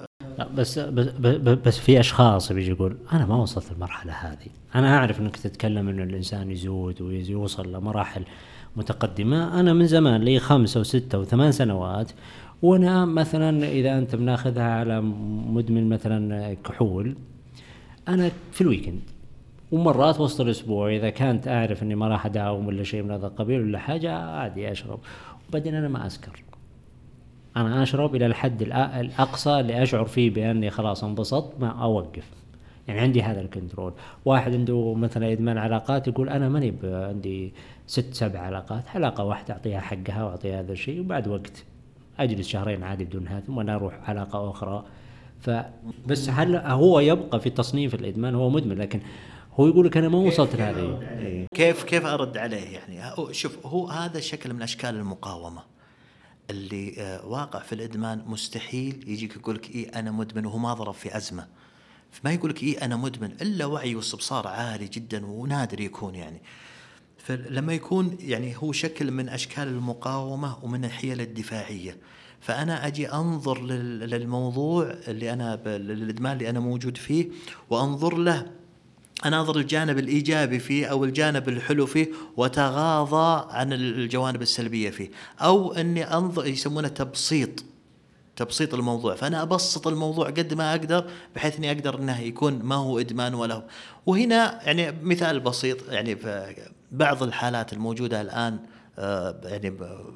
بس في اشخاص بيجي يقول انا ما وصلت المرحله هذه. انا اعرف انك تتكلم انه الانسان يزود ويوصل لمراحل متقدمه. انا من زمان لي 5 و6 و8 سنوات، وانا مثلا اذا انت بناخذها على مدمن مثلا كحول، انا في الويكند ومرات وسط الاسبوع اذا كانت اعرف اني ما راح اداوم ولا شيء من هذا القبيل ولا حاجه، عادي اشرب. وبعدين انا ما اسكر، أنا أشرب إلى الحد الأقصى اللي أشعر فيه بأني خلاص انبسطت، ما أوقف. يعني عندي هذا الكنترول. واحد عنده مثلا إدمان علاقات يقول أنا ماني عندي 6-7 علاقات، علاقة واحدة أعطيها حقها وأعطيها هذا الشيء، وبعد وقت أجلس شهرين عادي بدون هذا، ثم أنا أروح علاقة أخرى. فبس هل هو يبقى في تصنيف الإدمان هو مدمن؟ لكن هو يقول لك أنا ما وصلت لهذه. كيف أرد عليه؟ يعني شوف، هو هذا شكل من أشكال المقاومة. اللي واقع في الإدمان مستحيل يجيك يقولك إيه أنا مدمن وهو ما ضرب في أزمة. فما يقولك إيه أنا مدمن إلا وعي واستبصار عالي جدا، ونادر يكون يعني. فلما يكون يعني هو شكل من أشكال المقاومة ومن الحيل الدفاعية، فأنا أجي أنظر للموضوع اللي أنا للإدمان اللي أنا موجود فيه، وأنظر له، أنا أنظر الجانب الإيجابي فيه أو الجانب الحلو فيه، وتغاضى عن الجوانب السلبية فيه، أو أني أنظر، يسمونه تبسيط الموضوع. فأنا أبسط الموضوع قد ما أقدر بحيث أني أقدر أنه يكون ما هو إدمان ولا هو. وهنا يعني مثال بسيط، يعني بعض الحالات الموجودة الآن يعني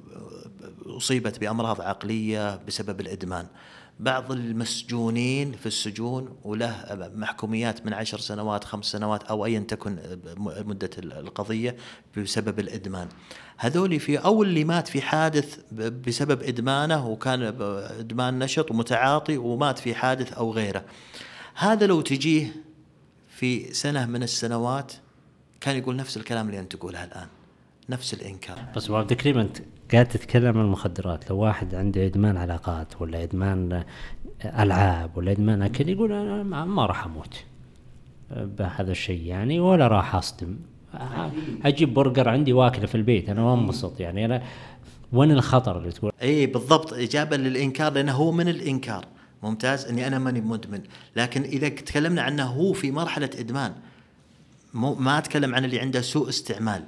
أصيبت بأمراض عقلية بسبب الإدمان. بعض المسجونين في السجون وله محكوميات من 10 سنوات 5 سنوات أو أيا تكن مدة القضية بسبب الإدمان. هذول في أول اللي مات في حادث بسبب إدمانه، وكان إدمان نشط ومتعاطي ومات في حادث أو غيره. هذا لو تجيه في سنة من السنوات كان يقول نفس الكلام اللي أنت تقولها الآن، نفس الإنكار. بس عبد الكريم أنت قاعد تتكلم عن المخدرات. لو واحد عنده إدمان علاقات ولا إدمان ألعاب ولا إدمان أكل، يقول أنا ما راح أموت بهذا الشيء يعني، ولا راح أصدم، أجيب برجر عندي واكله في البيت أنا وانبسط. يعني أنا وين الخطر اللي تقول؟ أي بالضبط، إجابة للإنكار، لأنه هو من الإنكار. ممتاز إني أنا ماني مدمن. لكن إذا تكلمنا عنه هو في مرحلة إدمان، ما أتكلم عن اللي عنده سوء استعمال.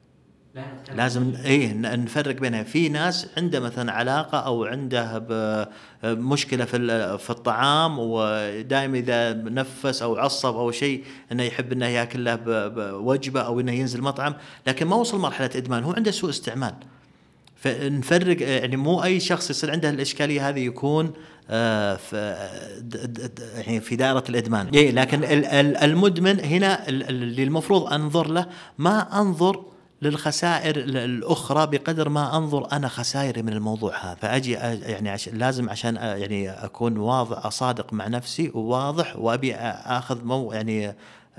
لازم نفرق بينها. في ناس عنده مثلا علاقة أو عنده مشكلة في الطعام، ودائما إذا نفس أو عصب أو شيء إنه يحب إنه يأكل له بوجبة أو إنه ينزل مطعم، لكن ما وصل مرحلة إدمان، هو عنده سوء استعمال. فنفرق يعني، مو أي شخص يصير عنده الإشكالية هذه يكون في دائرة الإدمان. لكن المدمن هنا اللي المفروض أنظر له، ما أنظر للخسائر الأخرى بقدر ما أنظر أنا خسائري من الموضوع هذا. فأجي يعني لازم عشان يعني أكون واضح صادق مع نفسي وواضح، وأبي أخذ يعني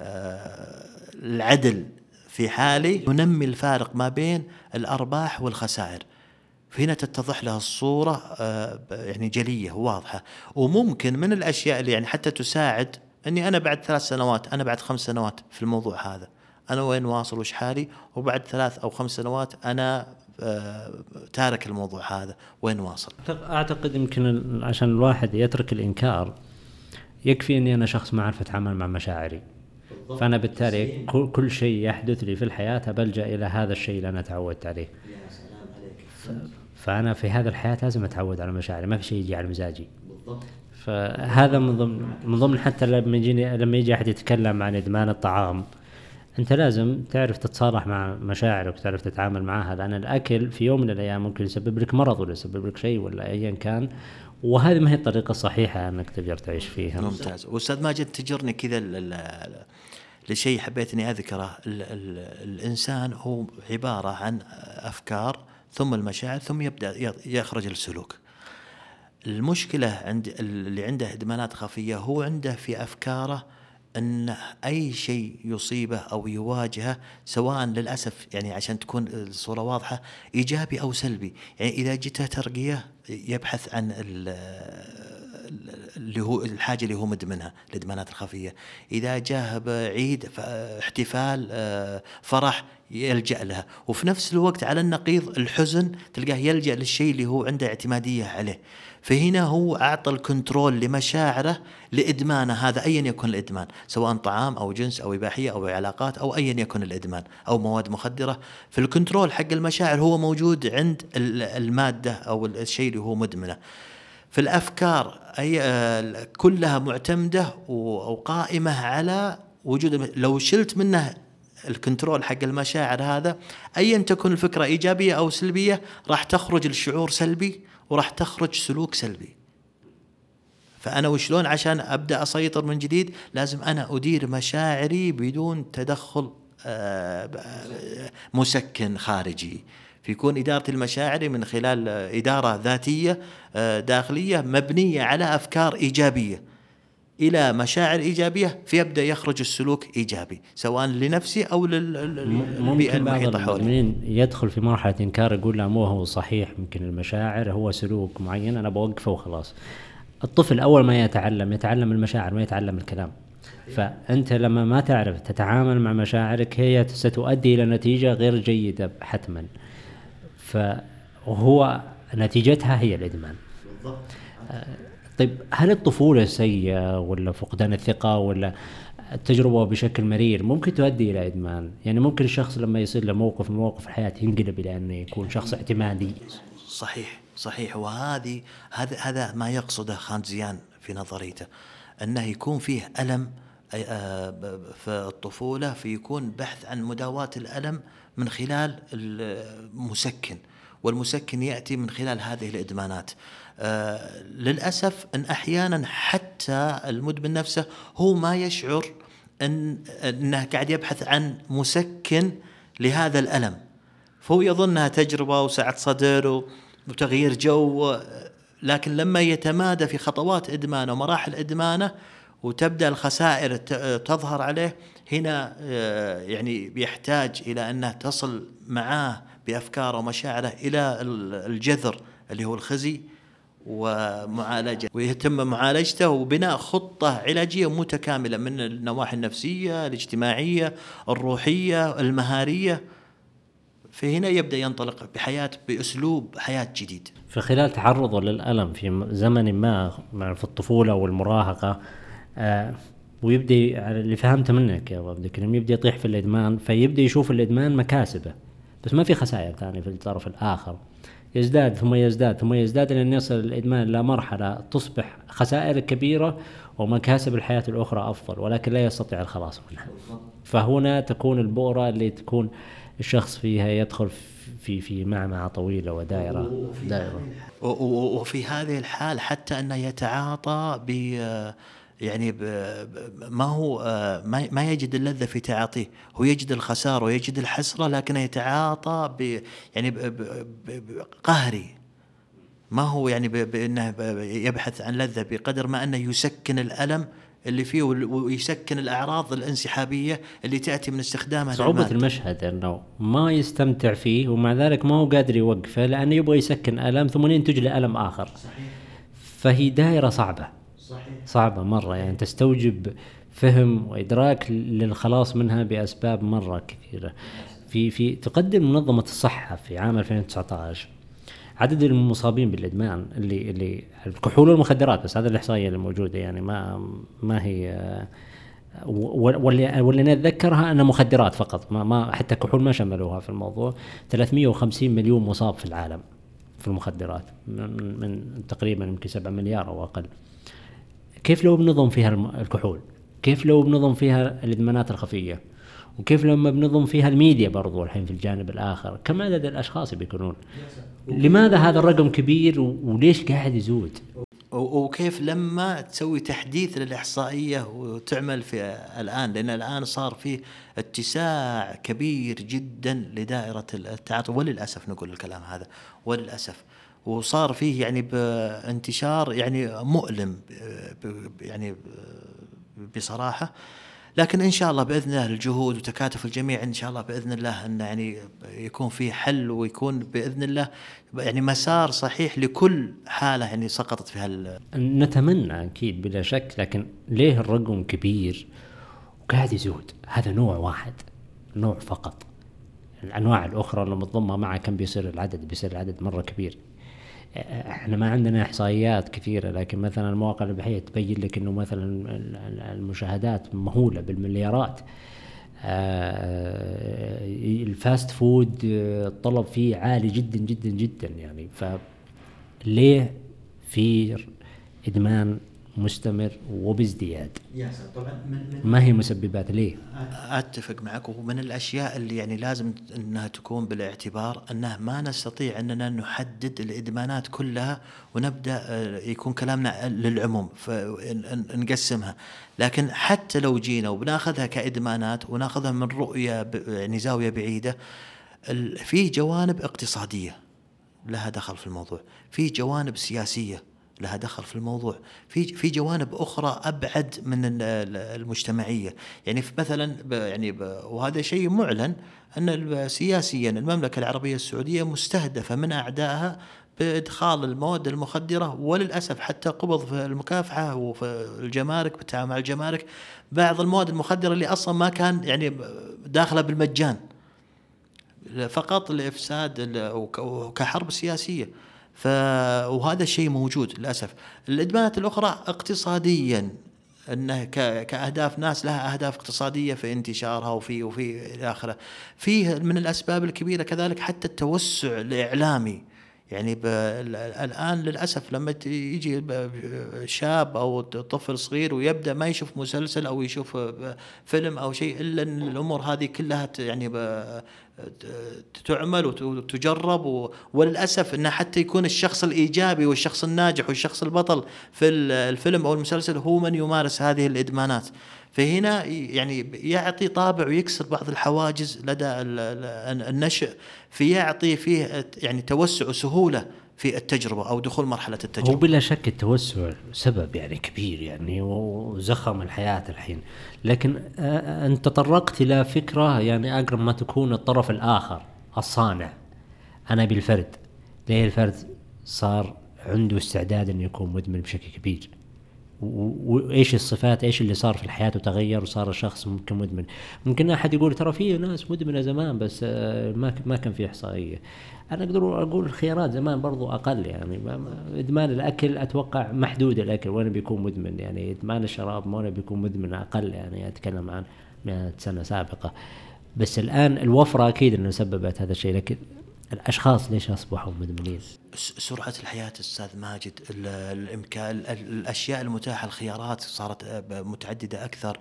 العدل في حالي، ننمي الفارق ما بين الأرباح والخسائر. فهنا تتضح لها الصورة يعني جلية وواضحة. وممكن من الأشياء اللي يعني حتى تساعد أني أنا بعد 3 سنوات، أنا بعد 5 سنوات في الموضوع هذا، أنا وين واصل وش حالي، وبعد 3 أو 5 سنوات أنا تارك الموضوع هذا وين واصل. أعتقد يمكن عشان الواحد يترك الإنكار يكفي أني أنا شخص ما أعرف أتعامل مع مشاعري. فأنا بالتالي كل شيء يحدث لي في الحياة بلجأ إلى هذا الشيء اللي أنا تعودت عليه. فأنا في هذا الحياة لازم أتعود على مشاعري، ما في شيء يجي على مزاجي. فهذا من ضمن حتى لما يجي أحد يتكلم عن إدمان الطعام، أنت لازم تعرف تتصالح مع مشاعرك وتعرف تتعامل معها، لأن الأكل في يوم من الأيام ممكن يسبب لك مرض ولا يسبب لك شيء ولا أيا كان. وهذه ما هي الطريقة الصحيحة أنك تقدر تعيش فيها. ممتاز. وأستاذ ماجد تجرني كذا لشيء حبيت أني أذكره. الإنسان هو عبارة عن أفكار ثم المشاعر ثم يبدأ يخرج السلوك. المشكلة عند اللي عنده إدمانات خفية هو عنده في أفكاره أن أي شيء يصيبه أو يواجهه سواء للأسف يعني عشان تكون الصورة واضحة إيجابي أو سلبي. يعني إذا جته ترقية يبحث عن اللي هو الحاجة اللي هو مدمنها، الإدمانات الخفية. إذا جاه بعيد احتفال فرح يلجأ لها. وفي نفس الوقت على النقيض الحزن تلقاه يلجأ للشيء اللي هو عنده اعتمادية عليه. فهنا هو أعطى الكنترول لمشاعره لإدمانه هذا أيا يكن الإدمان، سواء طعام أو جنس أو إباحية أو علاقات أو أيا يكن الإدمان أو مواد مخدرة. في الكنترول حق المشاعر هو موجود عند المادة أو الشيء اللي هو مدمنه. في الأفكار كلها معتمدة وقائمة على وجود. لو شلت منه الكنترول حق المشاعر هذا أيا تكن الفكرة إيجابية أو سلبية راح تخرج الشعور سلبي وراح تخرج سلوك سلبي. فأنا وشلون عشان أبدأ أسيطر من جديد لازم أنا أدير مشاعري بدون تدخل مسكن خارجي. فيكون إدارة المشاعر من خلال إدارة ذاتية داخلية مبنية على أفكار إيجابية إلى مشاعر إيجابية، فيبدأ يخرج السلوك إيجابي سواء لنفسي أو للبيئة المحيطة حوله. ممكن يدخل في مرحلة إنكار يقول لا مو هو صحيح، ممكن المشاعر هو سلوك معين أنا بوقفه وخلاص. الطفل أول ما يتعلم المشاعر ما يتعلم الكلام. فأنت لما ما تعرف تتعامل مع مشاعرك هي ستؤدي إلى نتيجة غير جيدة حتما، فهو نتيجتها هي الإدمان. طيب هل الطفولة سيئة ولا فقدان الثقة ولا التجربة بشكل مرير ممكن تؤدي إلى إدمان؟ يعني ممكن الشخص لما يصير له موقف من مواقف الحياة ينقلب إلى أنه يكون شخص اعتمادي. صحيح. هذا ما يقصده خانزيان في نظريته، أنه يكون فيه ألم في الطفولة، فيكون بحث عن مداواة الألم من خلال المسكن، والمسكن يأتي من خلال هذه الإدمانات. للأسف أن أحيانا حتى المدمن نفسه هو ما يشعر أنه قاعد يبحث عن مسكن لهذا الألم، فهو يظنها تجربة وسعة صدر وتغيير جو. لكن لما يتمادى في خطوات إدمانه ومراحل إدمانه وتبدأ الخسائر تظهر عليه، هنا يعني بيحتاج إلى أنه تصل معاه بأفكاره ومشاعره إلى الجذر اللي هو الخزي ومعالجة، ويتم معالجته وبناء خطة علاجية متكاملة من النواحي النفسية الاجتماعية الروحية المهارية. فهنا يبدأ ينطلق بأسلوب حياة جديد. في خلال تعرضه للألم في زمن ما في الطفولة والمراهقة ويبدأ اللي فهمته منك يا أبو عبد الكريم يبدأ يطيح في الإدمان، فيبدأ يشوف الإدمان مكاسبه بس ما في خسائر ثانية في الطرف الآخر، يزداد ثم يزداد ثم يزداد لأن يصل الإدمان إلى مرحلة تصبح خسائر كبيرة ومكاسب الحياة الأخرى أفضل، ولكن لا يستطيع الخلاص منها. فهنا تكون البؤرة اللي تكون الشخص فيها يدخل في معمعة طويلة ودائرة. وفي هذه الحال حتى أنه يتعاطى يعني ما هو ما يجد اللذة في تعاطيه، هو يجد الخسارة ويجد الحسرة، لكنه يتعاطى يعني قهري، ما هو يعني بأنه يبحث عن لذة بقدر ما أنه يسكن الألم اللي فيه ويسكن الأعراض الانسحابية اللي تأتي من استخدامها. صعوبة المشهد أنه ما يستمتع فيه ومع ذلك ما هو قادر يوقفه لأنه يبغى يسكن ألم ثم ينتج لألم آخر. صحيح. فهي دائرة صعبة. صعبة مرة، يعني تستوجب فهم وإدراك للخلاص منها بأسباب مرة كثيرة. في تقدم منظمة الصحة في عام 2019 عدد المصابين بالإدمان اللي الكحول والمخدرات، بس هذا الإحصائية اللي موجودة، يعني ما هي واللي نتذكرها أن مخدرات فقط، ما حتى كحول ما شملوها في الموضوع. 350 مليون مصاب في العالم في المخدرات من تقريبا يمكن 7 مليار أو أقل. كيف لو بنظم فيها الكحول؟ كيف لو بنظم فيها الإدمانات الخفية؟ وكيف لما بنظم فيها الميديا برضو الحين في الجانب الآخر؟ كم عدد الأشخاص بيكونون؟ لماذا هذا الرقم كبير وليش قاعد يزود؟ وكيف لما تسوي تحديث للإحصائية وتعمل في الآن، لأن الآن صار فيه اتساع كبير جدا لدائرة التعاطي، وللأسف نقول الكلام هذا وللأسف، وصار فيه يعني بانتشار يعني مؤلم يعني بصراحة. لكن إن شاء الله بإذن الله الجهود وتكاتف الجميع إن شاء الله بإذن الله أن يعني يكون في حل، ويكون بإذن الله يعني مسار صحيح لكل حالة يعني سقطت في نتمنى أكيد بلا شك، لكن ليه الرقم كبير وقاعد يزود؟ هذا نوع واحد، نوع فقط. الأنواع الأخرى لما تضمها معها كم بيصير العدد مرة كبير. احنا ما عندنا احصائيات كثيره، لكن مثلا المواقع الاباحيه تبين لك انه مثلا المشاهدات مهوله بالمليارات. الفاست فود الطلب فيه عالي جدا جدا جدا يعني. فليه في ادمان مستمر وبازدياد؟ طبعا ما هي مسببات ليه؟ أتفق معك، ومن الأشياء اللي يعني لازم أنها تكون بالاعتبار أنه ما نستطيع أننا نحدد الإدمانات كلها ونبدأ يكون كلامنا للعموم فنقسمها. لكن حتى لو جينا وبناخذها كإدمانات وناخذها من رؤية يعني زاوية بعيدة، في جوانب اقتصادية لها دخل في الموضوع، في جوانب سياسية لها دخل في الموضوع، في جوانب أخرى أبعد من المجتمعية. يعني مثلا وهذا شيء معلن أن سياسيا المملكة العربية السعودية مستهدفة من أعدائها بإدخال المواد المخدرة، وللأسف حتى قبض في المكافحة وفي الجمارك بالتعامل مع الجمارك بعض المواد المخدرة اللي أصلا ما كان يعني داخلة بالمجان، فقط لإفساد وكحرب سياسية. وهذا الشيء موجود للأسف. الإدمانات الأخرى اقتصاديا أنه كأهداف ناس لها أهداف اقتصادية في انتشارها وفي إلى آخره. فيه من الأسباب الكبيرة كذلك حتى التوسع الإعلامي. يعني الآن للأسف لما يجي شاب أو طفل صغير ويبدأ ما يشوف مسلسل أو يشوف فيلم أو شيء إلا أن الأمور هذه كلها يعني تعمل وتجرب، وللأسف أنه حتى يكون الشخص الإيجابي والشخص الناجح والشخص البطل في الفيلم أو المسلسل هو من يمارس هذه الإدمانات. فهنا يعني يعطي طابع ويكسر بعض الحواجز لدى النشء، يعطي فيه يعني توسع وسهولة في التجربة أو دخول مرحلة التجربة. هو بلا شك التوسع سبب يعني كبير يعني وزخم الحياة الحين. لكن أنت تطرقت إلى فكرة يعني أقرب ما تكون الطرف الآخر الصانع. أنا بالفرد، ليه الفرد صار عنده استعداد أن يكون مدمن بشكل كبير؟ وإيش الصفات، إيش اللي صار في الحياة وتغير وصار الشخص ممكن مدمن؟ ممكن أحد يقول ترى فيه ناس مدمنة زمان بس ما كان في إحصائية. أنا أقدر أقول الخيارات زمان برضو أقل يعني. إدمان الأكل أتوقع محدود، الأكل وين بيكون مدمن يعني. إدمان الشراب وين بيكون مدمن أقل يعني. أتكلم عن 100 سنة سابقة. بس الآن الوفرة أكيد أنه سببت هذا الشيء. لكن الأشخاص ليش أصبحوا مدمنين؟ سرعة الحياة أستاذ ماجد، الإمكان، الأشياء المتاحة، الخيارات صارت متعددة أكثر.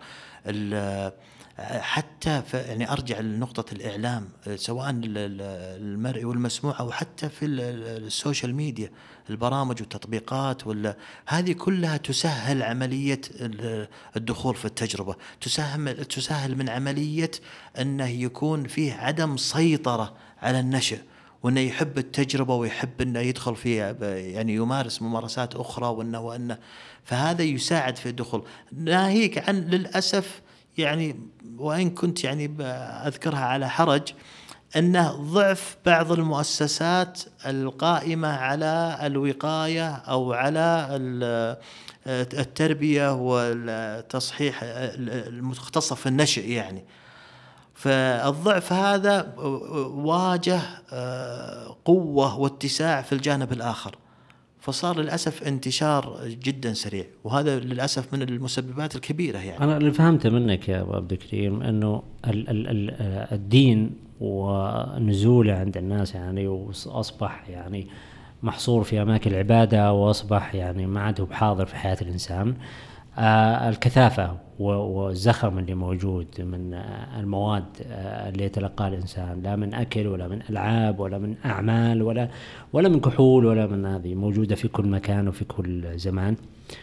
حتى يعني أرجع لنقطة الإعلام سواء المرئي والمسموع أو حتى في السوشيال ميديا، البرامج والتطبيقات هذه كلها تسهل عملية الدخول في التجربة، تسهل من عملية أنه يكون فيه عدم سيطرة على النشء، وأنه يحب التجربة ويحب أنه يدخل فيها يعني يمارس ممارسات أخرى وأنه فهذا يساعد في الدخول. ناهيك عن للأسف يعني، وإن كنت يعني أذكرها على حرج، أنه ضعف بعض المؤسسات القائمة على الوقاية أو على التربية والتصحيح المختصة في النشء يعني. فالضعف هذا واجه قوة واتساع في الجانب الآخر، فصار للأسف انتشار جدا سريع، وهذا للأسف من المسببات الكبيرة يعني. أنا اللي فهمته منك يا أبو عبد الكريم أنه الدين ونزوله عند الناس يعني، وأصبح يعني محصور في أماكن العبادة، وأصبح يعني ما عاد هو بحاضر في حياة الإنسان. الكثافة والزخم اللي موجود من المواد اللي يتلقاها الإنسان، لا من أكل ولا من ألعاب ولا من أعمال ولا من كحول ولا من هذه، موجودة في كل مكان وفي كل زمان.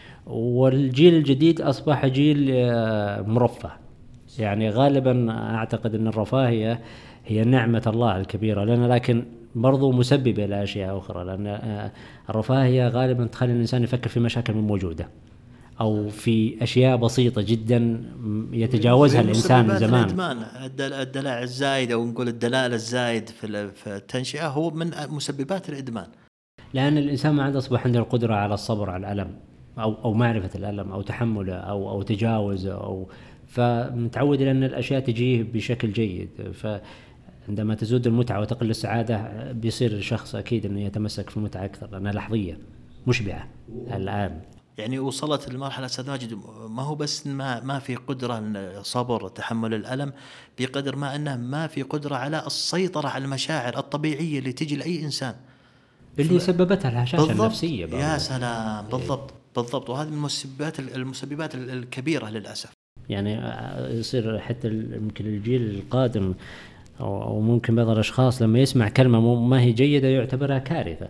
والجيل الجديد أصبح جيل مرفه، يعني غالبا أعتقد أن الرفاهية هي نعمة الله الكبيرة لنا، لكن برضو مسببة لأشياء أخرى، لأن الرفاهية غالبا تخلي الإنسان يفكر في مشاكل من موجودة أو في أشياء بسيطة جدا يتجاوزها الإنسان زمان. الدلع الزايد أو نقول الدلال الزايد في التنشئة هو من مسببات الإدمان، لأن الإنسان ما عاد أصبح عنده القدرة على الصبر على الألم أو معرفة الألم أو تحمله أو تجاوزه، أو فمتعود إلى أن الأشياء تجيه بشكل جيد. فعندما تزود المتعة وتقل السعادة بيصير الشخص أكيد أنه يتمسك في المتعة أكثر لأنها لحظية مشبعة الآن. يعني وصلت المرحلة أستاذ ماجد ما هو بس ما في قدرة صبر تحمل الألم، بقدر ما أنه ما في قدرة على السيطرة على المشاعر الطبيعية اللي تجي لأي إنسان اللي سببتها الهشاشة النفسية. يا سلام، بالضبط. وهذه من المسببات الكبيرة للأسف. يعني يصير حتى يمكن الجيل القادم أو ممكن بعض الأشخاص لما يسمع كلمة ما هي جيدة يعتبرها كارثة،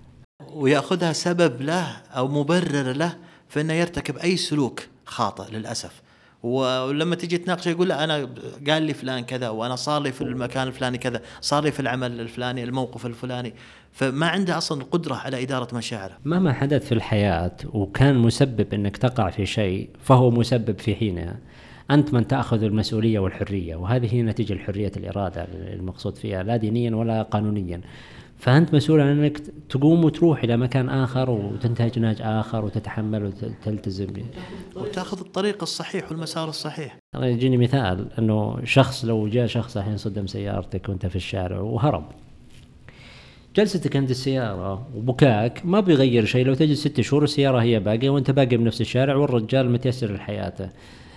ويأخذها سبب له أو مبرر له في أنه يرتكب أي سلوك خاطئ للأسف. ولما تيجي تناقش يقول لا أنا قال لي فلان كذا، وأنا صار لي في المكان الفلاني كذا، صار لي في العمل الفلاني الموقف الفلاني، فما عنده أصلا القدرة على إدارة مشاعره. مهما حدث في الحياة وكان مسبب أنك تقع في شيء فهو مسبب في حينها، أنت من تأخذ المسؤولية والحرية، وهذه هي نتيجة الحرية الإرادة المقصود فيها لا دينيا ولا قانونيا. فأنت مسؤول عن أنك تقوم وتروح إلى مكان آخر وتنتهج نهج آخر وتتحمل وتلتزم وتأخذ الطريق الصحيح والمسار الصحيح. أنا يجيني مثال أنه شخص لو جاء شخص الحين صدم سيارتك وأنت في الشارع وهرب، جلستك عند السيارة وبكاك ما بيغير شيء. لو تجلس 6 شهور السيارة هي باقية وأنت باقي بنفس الشارع والرجال متيسر لحياته.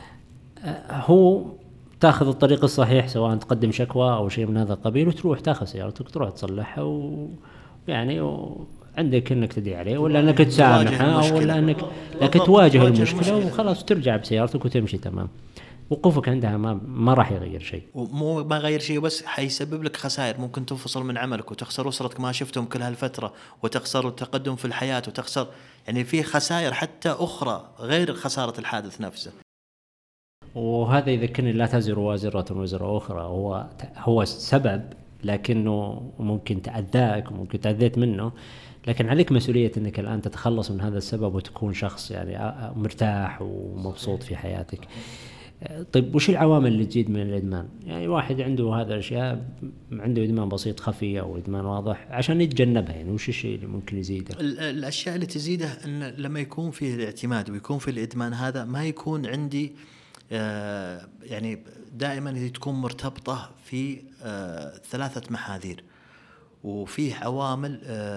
هو تاخذ الطريق الصحيح سواء تقدم شكوى أو شيء من هذا القبيل وتروح تاخذ سيارتك تروح تصلحها ويعني عندك انك تدعي عليه ولا انك تسامحه او ولا انك لكن تواجه المشكلة وخلاص ترجع بسيارتك وتمشي تمام. وقوفك عندها ما راح يغير شيء، ومو ما غير شيء بس حيسبب لك خسائر، ممكن تنفصل من عملك وتخسر أسرتك ما شفتهم كل هالفترة وتخسر التقدم في الحياة وتخسر يعني في خسائر حتى أخرى غير خسارة الحادث نفسه. وهذا يذكرني لا تزر وازرة وزر أخرى، هو السبب لكنه ممكن تأذاك وممكن تأذيت منه، لكن عليك مسؤولية أنك الآن تتخلص من هذا السبب وتكون شخص يعني مرتاح ومبسوط في حياتك. طيب وش العوامل اللي تزيد من الإدمان؟ يعني واحد عنده هذا الأشياء، عنده إدمان بسيط خفي أو إدمان واضح عشان يتجنبها، يعني وش الشيء اللي ممكن يزيده؟ الأشياء اللي تزيده أن لما يكون فيه الاعتماد ويكون في الإدمان هذا ما يكون عندي يعني دائما تكون مرتبطة في 3 محاذير، وفيه عوامل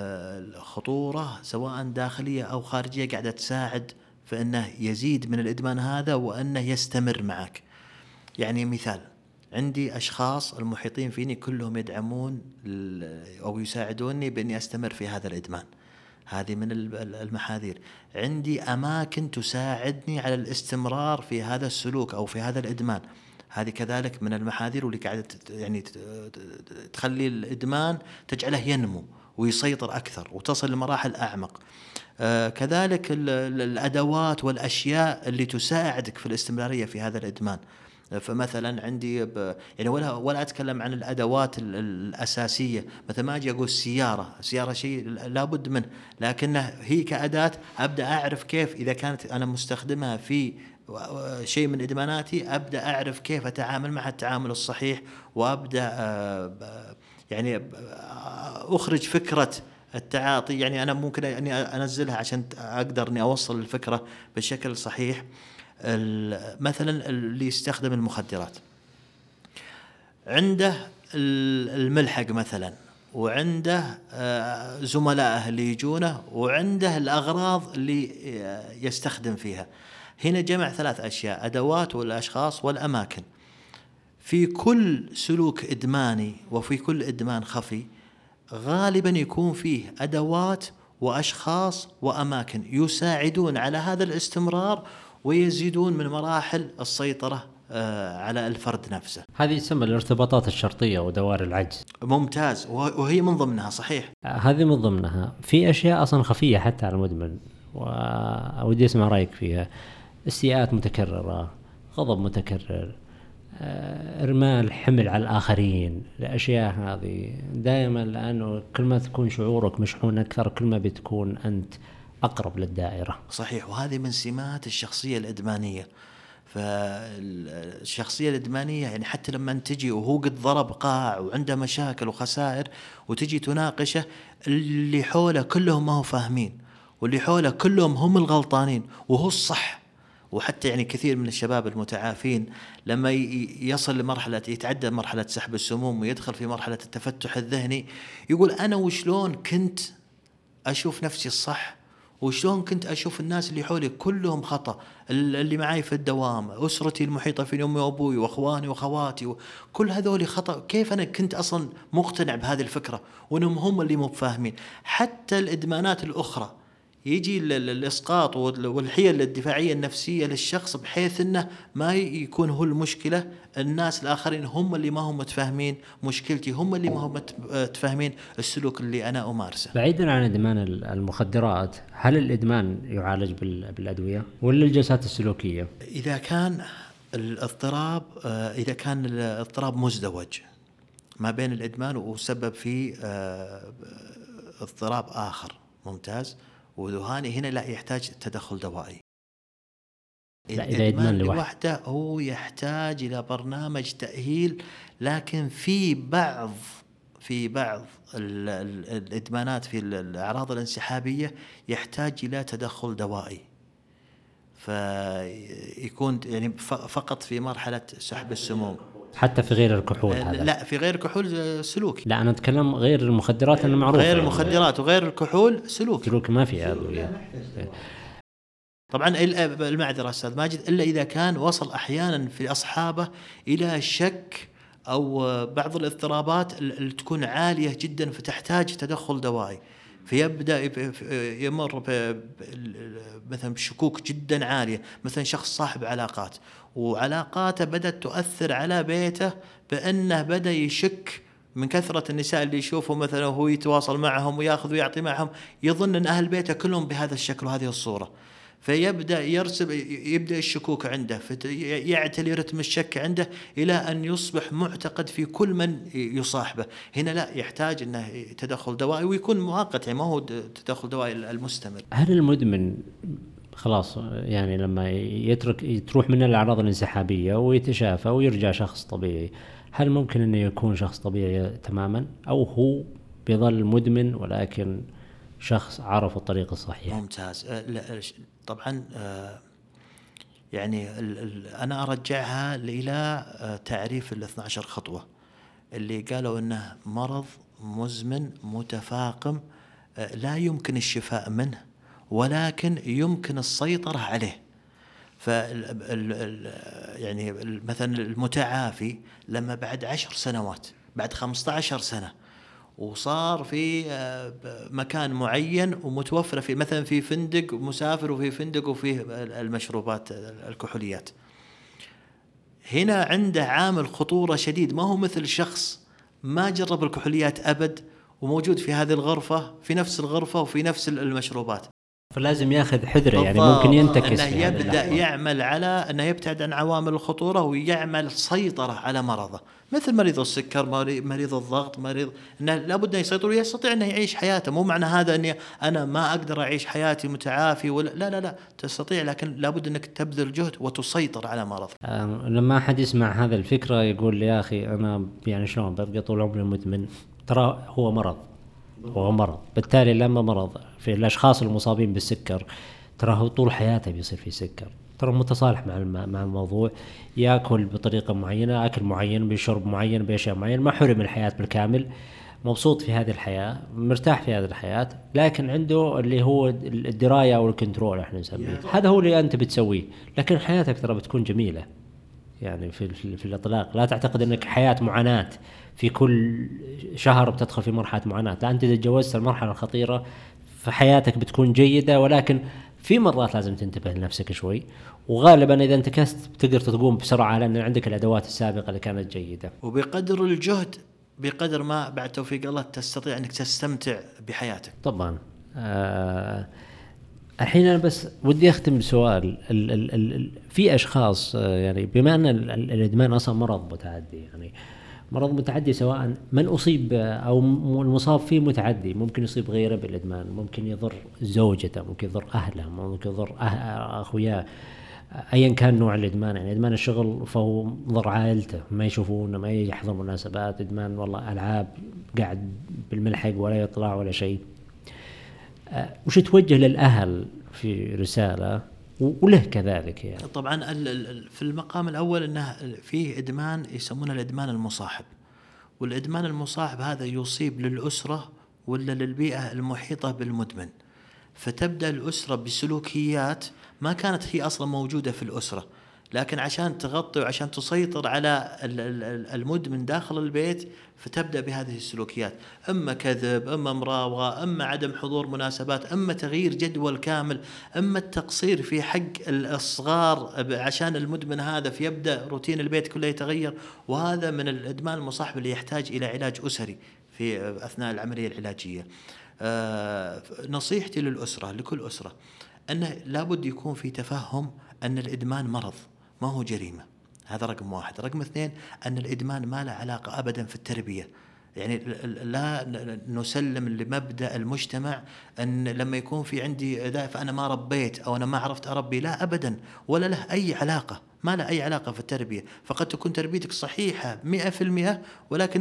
خطورة سواء داخلية أو خارجية قاعدة تساعد في أنه يزيد من الإدمان هذا وأنه يستمر معك. يعني مثال، عندي أشخاص المحيطين فيني كلهم يدعمون أو يساعدوني بأني أستمر في هذا الإدمان، هذه من المحاذير. عندي أماكن تساعدني على الاستمرار في هذا السلوك أو في هذا الإدمان، هذه كذلك من المحاذير واللي قاعدة يعني تخلي الإدمان تجعله ينمو ويسيطر أكثر وتصل لمراحل أعمق. كذلك الأدوات والأشياء اللي تساعدك في الاستمرارية في هذا الإدمان. فمثلا عندي يعني ولا أتكلم عن الأدوات الأساسية، مثل ما أجي أقول سيارة شيء لابد منه، لكنه هي كأداة أبدأ أعرف كيف إذا كانت أنا مستخدمها في شيء من إدماناتي أبدأ أعرف كيف أتعامل مع التعامل الصحيح، وأبدأ يعني أخرج فكرة التعاطي. يعني أنا ممكن أني أنزلها عشان أقدر أني أوصل الفكرة بشكل صحيح. مثلا اللي يستخدم المخدرات عنده الملحق مثلا، وعنده زملائه اللي يجونه، وعنده الأغراض اللي يستخدم فيها. هنا جمع 3 أشياء: أدوات والأشخاص والأماكن. في كل سلوك إدماني وفي كل إدمان خفي غالبا يكون فيه أدوات وأشخاص وأماكن يساعدون على هذا الاستمرار ويزيدون من مراحل السيطرة على الفرد نفسه. هذه تسمى الارتباطات الشرطية ودوار العجز. ممتاز، وهي من ضمنها صحيح. هذه من ضمنها. في أشياء أصلا خفية حتى على المدمن، ودي أسمع رأيك فيها. استياءات متكررة، غضب متكرر، إرمال حمل على الآخرين. الأشياء هذه دائما، لأنه كل ما تكون شعورك مشحون أكثر كل ما بتكون أنت أقرب للدائرة. صحيح، وهذه من سمات الشخصية الإدمانية. فالشخصية الإدمانية يعني حتى لما تجي وهو قد ضرب قاع وعنده مشاكل وخسائر وتجي تناقشه، اللي حوله كلهم ما هو فاهمين، واللي حوله كلهم هم الغلطانين وهو الصح. وحتى يعني كثير من الشباب المتعافين لما يصل لمرحلة يتعدى مرحلة سحب السموم ويدخل في مرحلة التفتح الذهني، يقول أنا وشلون كنت أشوف نفسي الصح، وشلون كنت أشوف الناس اللي حولي كلهم خطأ، اللي معي في الدوام، أسرتي المحيطة في أمي وأبوي وأخواني وأخواتي كل هذول خطأ. كيف أنا كنت أصلا مقتنع بهذه الفكرة وأنهم هم اللي مو فاهمين. حتى الإدمانات الأخرى يجي الإسقاط والحيل الدفاعية النفسية للشخص بحيث أنه ما يكون هو المشكلة، الناس الآخرين هم اللي ما هم متفاهمين مشكلتي، هم اللي ما هم متفاهمين السلوك اللي أنا أمارسه. بعيدا عن إدمان المخدرات، هل الإدمان يعالج بالأدوية ولا الجلسات السلوكية؟ إذا كان الاضطراب مزدوج ما بين الإدمان وسبب في اضطراب آخر، ممتاز، وذهاني هنا لا يحتاج تدخل دوائي. إذا إدمان لوحده هو يحتاج إلى برنامج تأهيل، لكن في بعض الإدمانات في الأعراض الانسحابية يحتاج إلى تدخل دوائي، فيكون يعني فقط في مرحلة سحب السموم. حتى في غير الكحول هذا؟ لا، في غير الكحول سلوكي. لا، أنا أتكلم غير المخدرات، أنا معروف غير المخدرات وغير الكحول سلوكي ما في أدوية. طبعا المعذرة أستاذ ماجد، إلا إذا كان وصل أحيانا في أصحابه إلى شك أو بعض الاضطرابات اللي تكون عالية جدا فتحتاج تدخل دوائي، فيبدأ يمر مثلا بشكوك جدا عالية. مثلا شخص صاحب علاقات وعلاقاته بدأت تؤثر على بيته، بأنه بدأ يشك من كثرة النساء اللي يشوفه مثلا وهو يتواصل معهم ويأخذ ويعطي معهم، يظن أن أهل بيته كلهم بهذا الشكل وهذه الصورة، فيبدأ يبدأ الشكوك عنده، يعتلي رتم الشك عنده إلى أن يصبح معتقد في كل من يصاحبه. هنا لا، يحتاج أنه تدخل دوائي ويكون مؤقت، يعني ما هو تدخل دوائي المستمر. هل المدمن خلاص يعني لما تروح منه الأعراض الانسحابية ويتشافى ويرجع شخص طبيعي، هل ممكن أنه يكون شخص طبيعي تماما، أو هو بيظل مدمن ولكن شخص عرف الطريق الصحيح؟ ممتاز. طبعا يعني أنا أرجعها إلى تعريف 12 خطوة اللي قالوا أنه مرض مزمن متفاقم لا يمكن الشفاء منه ولكن يمكن السيطرة عليه. يعني مثلا المتعافي لما بعد 10 سنوات، بعد 15 سنة، وصار في مكان معين ومتوفرة في مثلا في فندق مسافر وفي فندق وفيه المشروبات الكحوليات، هنا عنده عامل خطورة شديد. ما هو مثل شخص ما جرب الكحوليات أبد وموجود في هذه الغرفة، في نفس الغرفة وفي نفس المشروبات، فلازم ياخذ حذره. يعني ممكن ينتكس، أنه يبدأ يعمل على أنه يبتعد عن عوامل الخطورة ويعمل سيطرة على مرضه، مثل مريض السكر، مريض الضغط، مريض أنه لابد أن يسيطر ويستطيع أنه يعيش حياته. مو معنى هذا أني أنا ما أقدر أعيش حياتي متعافي ولا لا تستطيع، لكن لابد أنك تبذل جهد وتسيطر على مرض. لما أحد يسمع هذا الفكرة يقول لي يا أخي أنا يعني شلون ببقى طول عمري مدمن؟ ترى هو مرض، بالتالي لما مرض في الأشخاص المصابين بالسكر ترى هو طول حياته بيصير في سكر، ترى متصالح مع الموضوع، يأكل بطريقة معينة، أكل معين، بشرب معين، بأشياء معين، ما حرم الحياة بالكامل، مبسوط في هذه الحياة، مرتاح في هذه الحياة، لكن عنده اللي هو الدراية أو الكنترول احنا نسميه، هذا هو اللي أنت بتسويه. لكن حياتك ترى بتكون جميلة يعني في الإطلاق. لا تعتقد أنك حياة معاناة في كل شهر بتدخل في مرحلة معاناة، لا، أنت إذا تجاوزت المرحلة الخطيرة فحياتك بتكون جيدة، ولكن في مرات لازم تنتبه لنفسك شوي، وغالبا إذا انتكست بتقدر تقوم بسرعة لأن عندك الأدوات السابقة اللي كانت جيدة. وبقدر الجهد بقدر ما بعد توفيق الله تستطيع أنك تستمتع بحياتك. طبعا. الحين أنا بس ودي أختم بسؤال. في أشخاص يعني بما أن الإدمان أصلا مرض متعدي، يعني مرض متعدي سواء من أصيب أو المصاب فيه متعدي، ممكن يصيب غيره بالإدمان، ممكن يضر زوجته، ممكن يضر أهله، ممكن يضر أخوياه، أيا كان نوع الإدمان. يعني إدمان الشغل فهو ضر عائلته، ما يشوفونه، ما يحضر مناسبات. إدمان والله ألعاب قاعد بالملحق ولا يطلع ولا شيء. وش توجه للأهل في رسالة وله كذلك؟ يعني طبعا في المقام الأول أنه فيه إدمان يسمونه الإدمان المصاحب، والإدمان المصاحب هذا يصيب للأسرة ولا للبيئة المحيطة بالمدمن، فتبدأ الأسرة بسلوكيات ما كانت هي أصلا موجودة في الأسرة، لكن عشان تغطي وعشان تسيطر على المدمن داخل البيت فتبدأ بهذه السلوكيات، إما كذب، إما مراوغة، إما عدم حضور مناسبات، إما تغيير جدول كامل، إما التقصير في حق الصغار عشان المدمن هذا، فيبدأ روتين البيت كله يتغير. وهذا من الإدمان المصاحب اللي يحتاج إلى علاج أسري في أثناء العملية العلاجية. نصيحتي للأسرة، لكل أسرة، أنه لابد يكون في تفهم أن الإدمان مرض ما هو جريمة. هذا رقم واحد. رقم اثنين، أن الإدمان ما له علاقة أبدا في التربية. يعني لا نسلم لمبدأ المجتمع أن لما يكون في عندي ذا فأنا ما ربيت أو أنا ما عرفت أربي، لا أبدا، ولا له أي علاقة، ما له أي علاقة في التربية. فقد تكون تربيتك صحيحة 100%، ولكن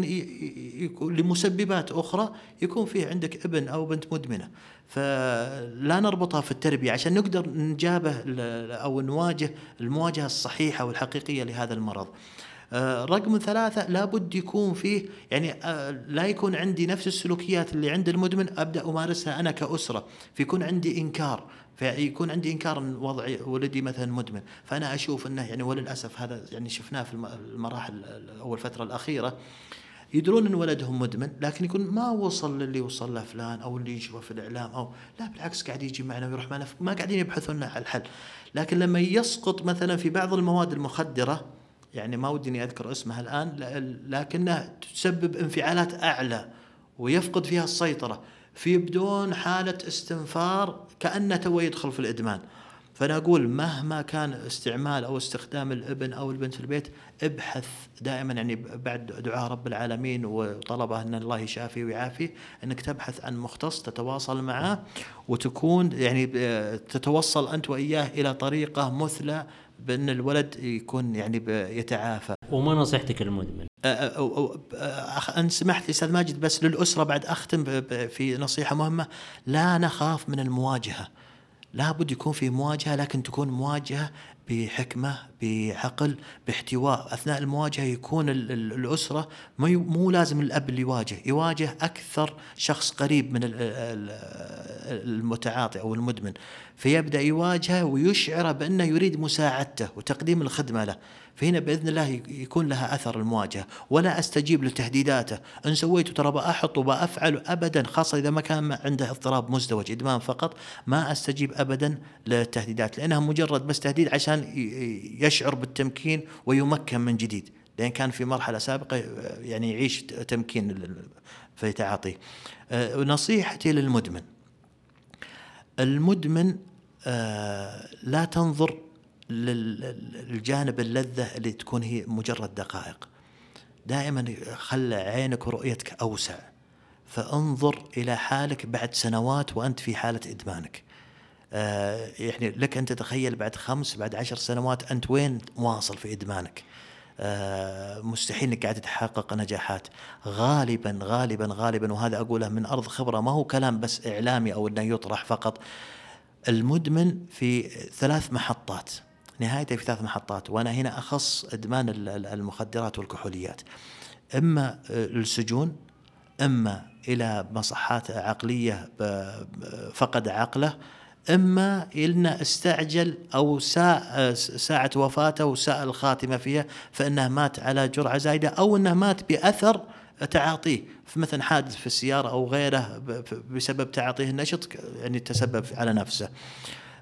لمسببات أخرى يكون فيه عندك ابن أو بنت مدمنة، فلا نربطها في التربية عشان نقدر نجابه أو نواجه المواجهة الصحيحة والحقيقية لهذا المرض. رقم ثلاثة، لابد يكون فيه يعني لا يكون عندي نفس السلوكيات اللي عند المدمن أبدأ أمارسها أنا كأسرة، فيكون عندي إنكار، فيكون عندي إنكار وضع ولدي مثلا مدمن، فأنا أشوف أنه يعني وللأسف هذا يعني شفناه في المراحل أو الفترة الأخيرة، يدرون أن ولدهم مدمن لكن يكون ما وصل للي وصل له فلان أو اللي يشوفه في الإعلام، أو لا بالعكس قاعد يجي معنا ويروح معنا، ما قاعدين يبحثون على الحل. لكن لما يسقط مثلا في بعض المواد المخدرة، يعني ما ودي اني اذكر اسمها الان، لكنها تسبب انفعالات اعلى ويفقد فيها السيطره، في بدون حاله استنفار كانه تو يدخل في الادمان. فانا اقول مهما كان استعمال او استخدام الابن او البنت في البيت، ابحث دائما، يعني بعد دعاء رب العالمين وطلبه ان الله يشافي ويعافي، انك تبحث عن مختص تتواصل معه وتكون يعني تتوصل انت واياه الى طريقه مثلى بأن الولد يكون يعني يتعافى. وما نصيحتك للمدمن؟ أن سمحت أستاذ ماجد، بس للأسرة بعد أختم في نصيحة مهمة، لا نخاف من المواجهة، لابد يكون في مواجهة، لكن تكون مواجهة بحكمة، بعقل، باحتواء. أثناء المواجهة يكون الأسرة مو لازم الأب اللي يواجه أكثر شخص قريب من المتعاطي أو المدمن، فيبدأ يواجهه ويشعر بأنه يريد مساعدته وتقديم الخدمة له، فهنا بإذن الله يكون لها أثر المواجهة. ولا أستجيب لتهديداته، إن سويته ترى بأحط وبأفعل أبدا، خاصة إذا ما كان عنده اضطراب مزدوج إدمان فقط، ما أستجيب أبدا للتهديدات، لأنها مجرد بس تهديد عشان يشعر بالتمكين ويمكن من جديد، لأن كان في مرحلة سابقة يعني يعيش تمكين في تعاطيه. نصيحتي للمدمن، المدمن لا تنظر للجانب اللذة اللي تكون هي مجرد دقائق، دائما خلى عينك ورؤيتك أوسع، فانظر إلى حالك بعد سنوات وأنت في حالة إدمانك. يعني لك أن تتخيل بعد 5 بعد 10 سنوات أنت وين واصل في إدمانك. مستحيل انك قاعد تحقق نجاحات. غالبا غالبا غالبا، وهذا اقوله من ارض خبره، ما هو كلام بس اعلامي او انه يطرح فقط، المدمن في 3 محطات، نهايته في 3 محطات، وانا هنا اخص ادمان المخدرات والكحوليات، اما السجون، اما الى مصحات عقليه فقد عقله، إما إلنا استعجل أو ساعة وفاته وساء الخاتمة فيها، فإنه مات على جرعة زايدة، أو إنه مات بأثر تعاطيه، في مثلا حادث في السيارة أو غيره بسبب تعاطيه النشط، يعني تسبب على نفسه.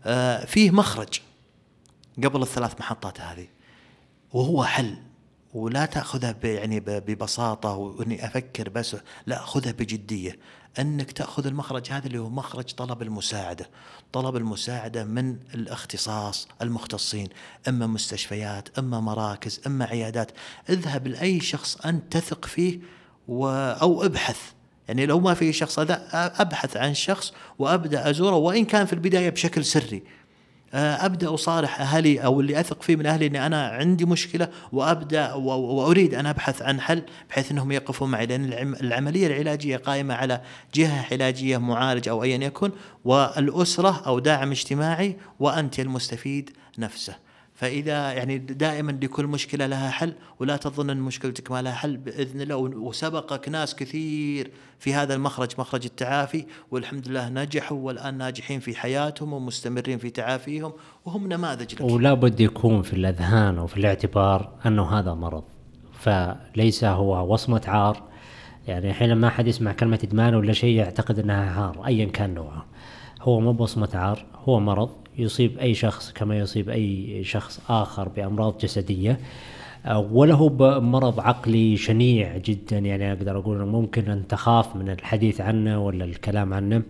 فيه مخرج قبل الثلاث محطات هذه، وهو حل، ولا تأخذها يعني ببساطة وإني أفكر بس، لا، خذها بجدية، أنك تأخذ المخرج هذا اللي هو مخرج طلب المساعدة. طلب المساعدة من الاختصاص المختصين، إما مستشفيات، إما مراكز، إما عيادات. اذهب لأي شخص أنت تثق فيه أو ابحث، يعني لو ما في شخص هذا أبحث عن شخص وأبدأ أزوره، وإن كان في البداية بشكل سري. أبدأ أصارح أهلي أو اللي أثق فيه من أهلي أني أنا عندي مشكلة، وأبدأ وأريد أن أبحث عن حل بحيث أنهم يقفوا معي، لأن العملية العلاجية قائمة على جهة علاجية، معالج أو أيا يكن، والأسرة أو داعم اجتماعي، وأنت المستفيد نفسه. فإذا يعني دائما لكل مشكلة لها حل، ولا تظن أن مشكلتك ما لها حل بإذن الله. وسبقك ناس كثير في هذا المخرج، مخرج التعافي، والحمد لله نجحوا، والآن ناجحين في حياتهم ومستمرين في تعافيهم، وهم نماذج لك. ولا بد يكون في الأذهان وفي الاعتبار أنه هذا مرض، فليس هو وصمة عار. يعني حين ما أحد يسمع كلمة إدمان ولا شيء يعتقد أنها عار أيا كان نوعه. هو مو بوصمة عار، هو مرض يصيب أي شخص كما يصيب أي شخص آخر بأمراض جسدية، وله مرض عقلي شنيع جدا. يعني أقدر أقول ممكن أن تخاف من الحديث عنه ولا الكلام عنه.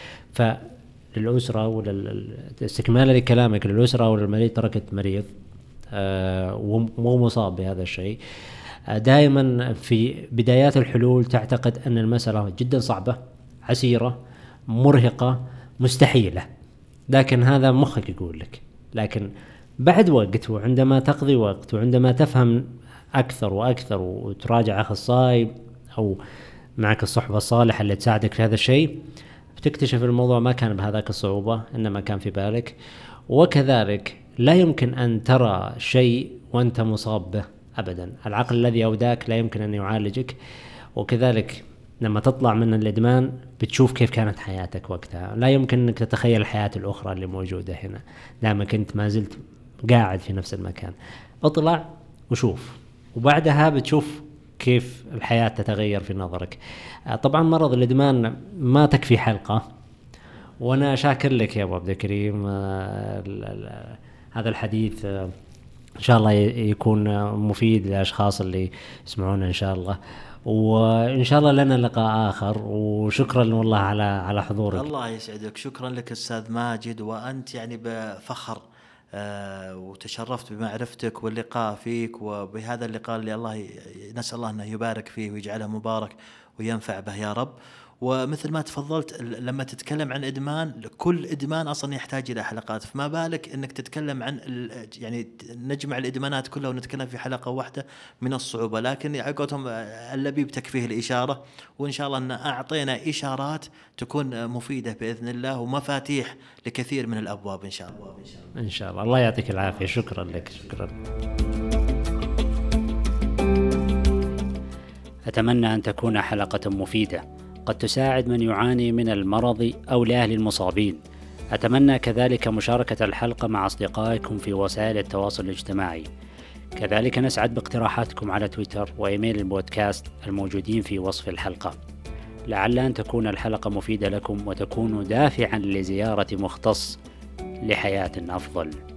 فللأسرة والاستكمال لكلامك، للأسرة والمريض تركت مريض ومو مصاب بهذا الشيء، دائما في بدايات الحلول تعتقد أن المسألة جدا صعبة، عسيرة، مرهقة، مستحيلة، لكن هذا مخك يقول لك. لكن بعد وقت، وعندما تقضي وقت، وعندما تفهم أكثر وأكثر، وتراجع أخصائي أو معك الصحبة الصالحة اللي تساعدك في هذا الشيء، بتكتشف الموضوع ما كان بهذاك الصعوبة، إنما كان في بالك. وكذلك لا يمكن أن ترى شيء وأنت مصاب به أبدا. العقل الذي أوداك لا يمكن أن يعالجك. وكذلك لما تطلع من الإدمان بتشوف كيف كانت حياتك وقتها. لا يمكن أنك تتخيل الحياة الأخرى اللي موجودة هنا، دائما كنت ما زلت قاعد في نفس المكان. اطلع وشوف، وبعدها بتشوف كيف الحياة تتغير في نظرك. طبعا مرض الإدمان ما تكفي حلقة، وأنا شاكر لك يا أبو عبد الكريم. هذا الحديث إن شاء الله يكون مفيد للأشخاص اللي يسمعونه إن شاء الله، وإن شاء الله لنا لقاء آخر. وشكرا والله على حضورك. الله يسعدك. شكرا لك أستاذ ماجد، وأنت يعني بفخر وتشرفت بمعرفتك واللقاء فيك، وبهذا اللقاء اللي الله نسأل الله أنه يبارك فيه ويجعله مبارك وينفع به يا رب. ومثل ما تفضلت، لما تتكلم عن إدمان، كل إدمان أصلا يحتاج إلى حلقات، فما بالك أنك تتكلم عن يعني نجمع الإدمانات كلها ونتكلم في حلقة واحدة من الصعوبة. لكن عقوتهم اللبيب تكفيه الإشارة، وإن شاء الله أن أعطينا إشارات تكون مفيدة بإذن الله، ومفاتيح لكثير من الأبواب إن شاء الله. إن شاء الله. الله يعطيك العافية. شكرا لك. شكرا. أتمنى أن تكون حلقة مفيدة قد تساعد من يعاني من المرض أو لأهل المصابين. أتمنى كذلك مشاركة الحلقة مع أصدقائكم في وسائل التواصل الاجتماعي. كذلك نسعد باقتراحاتكم على تويتر وإيميل البودكاست الموجودين في وصف الحلقة، لعل أن تكون الحلقة مفيدة لكم وتكون دافعا لزيارة مختص لحياة أفضل.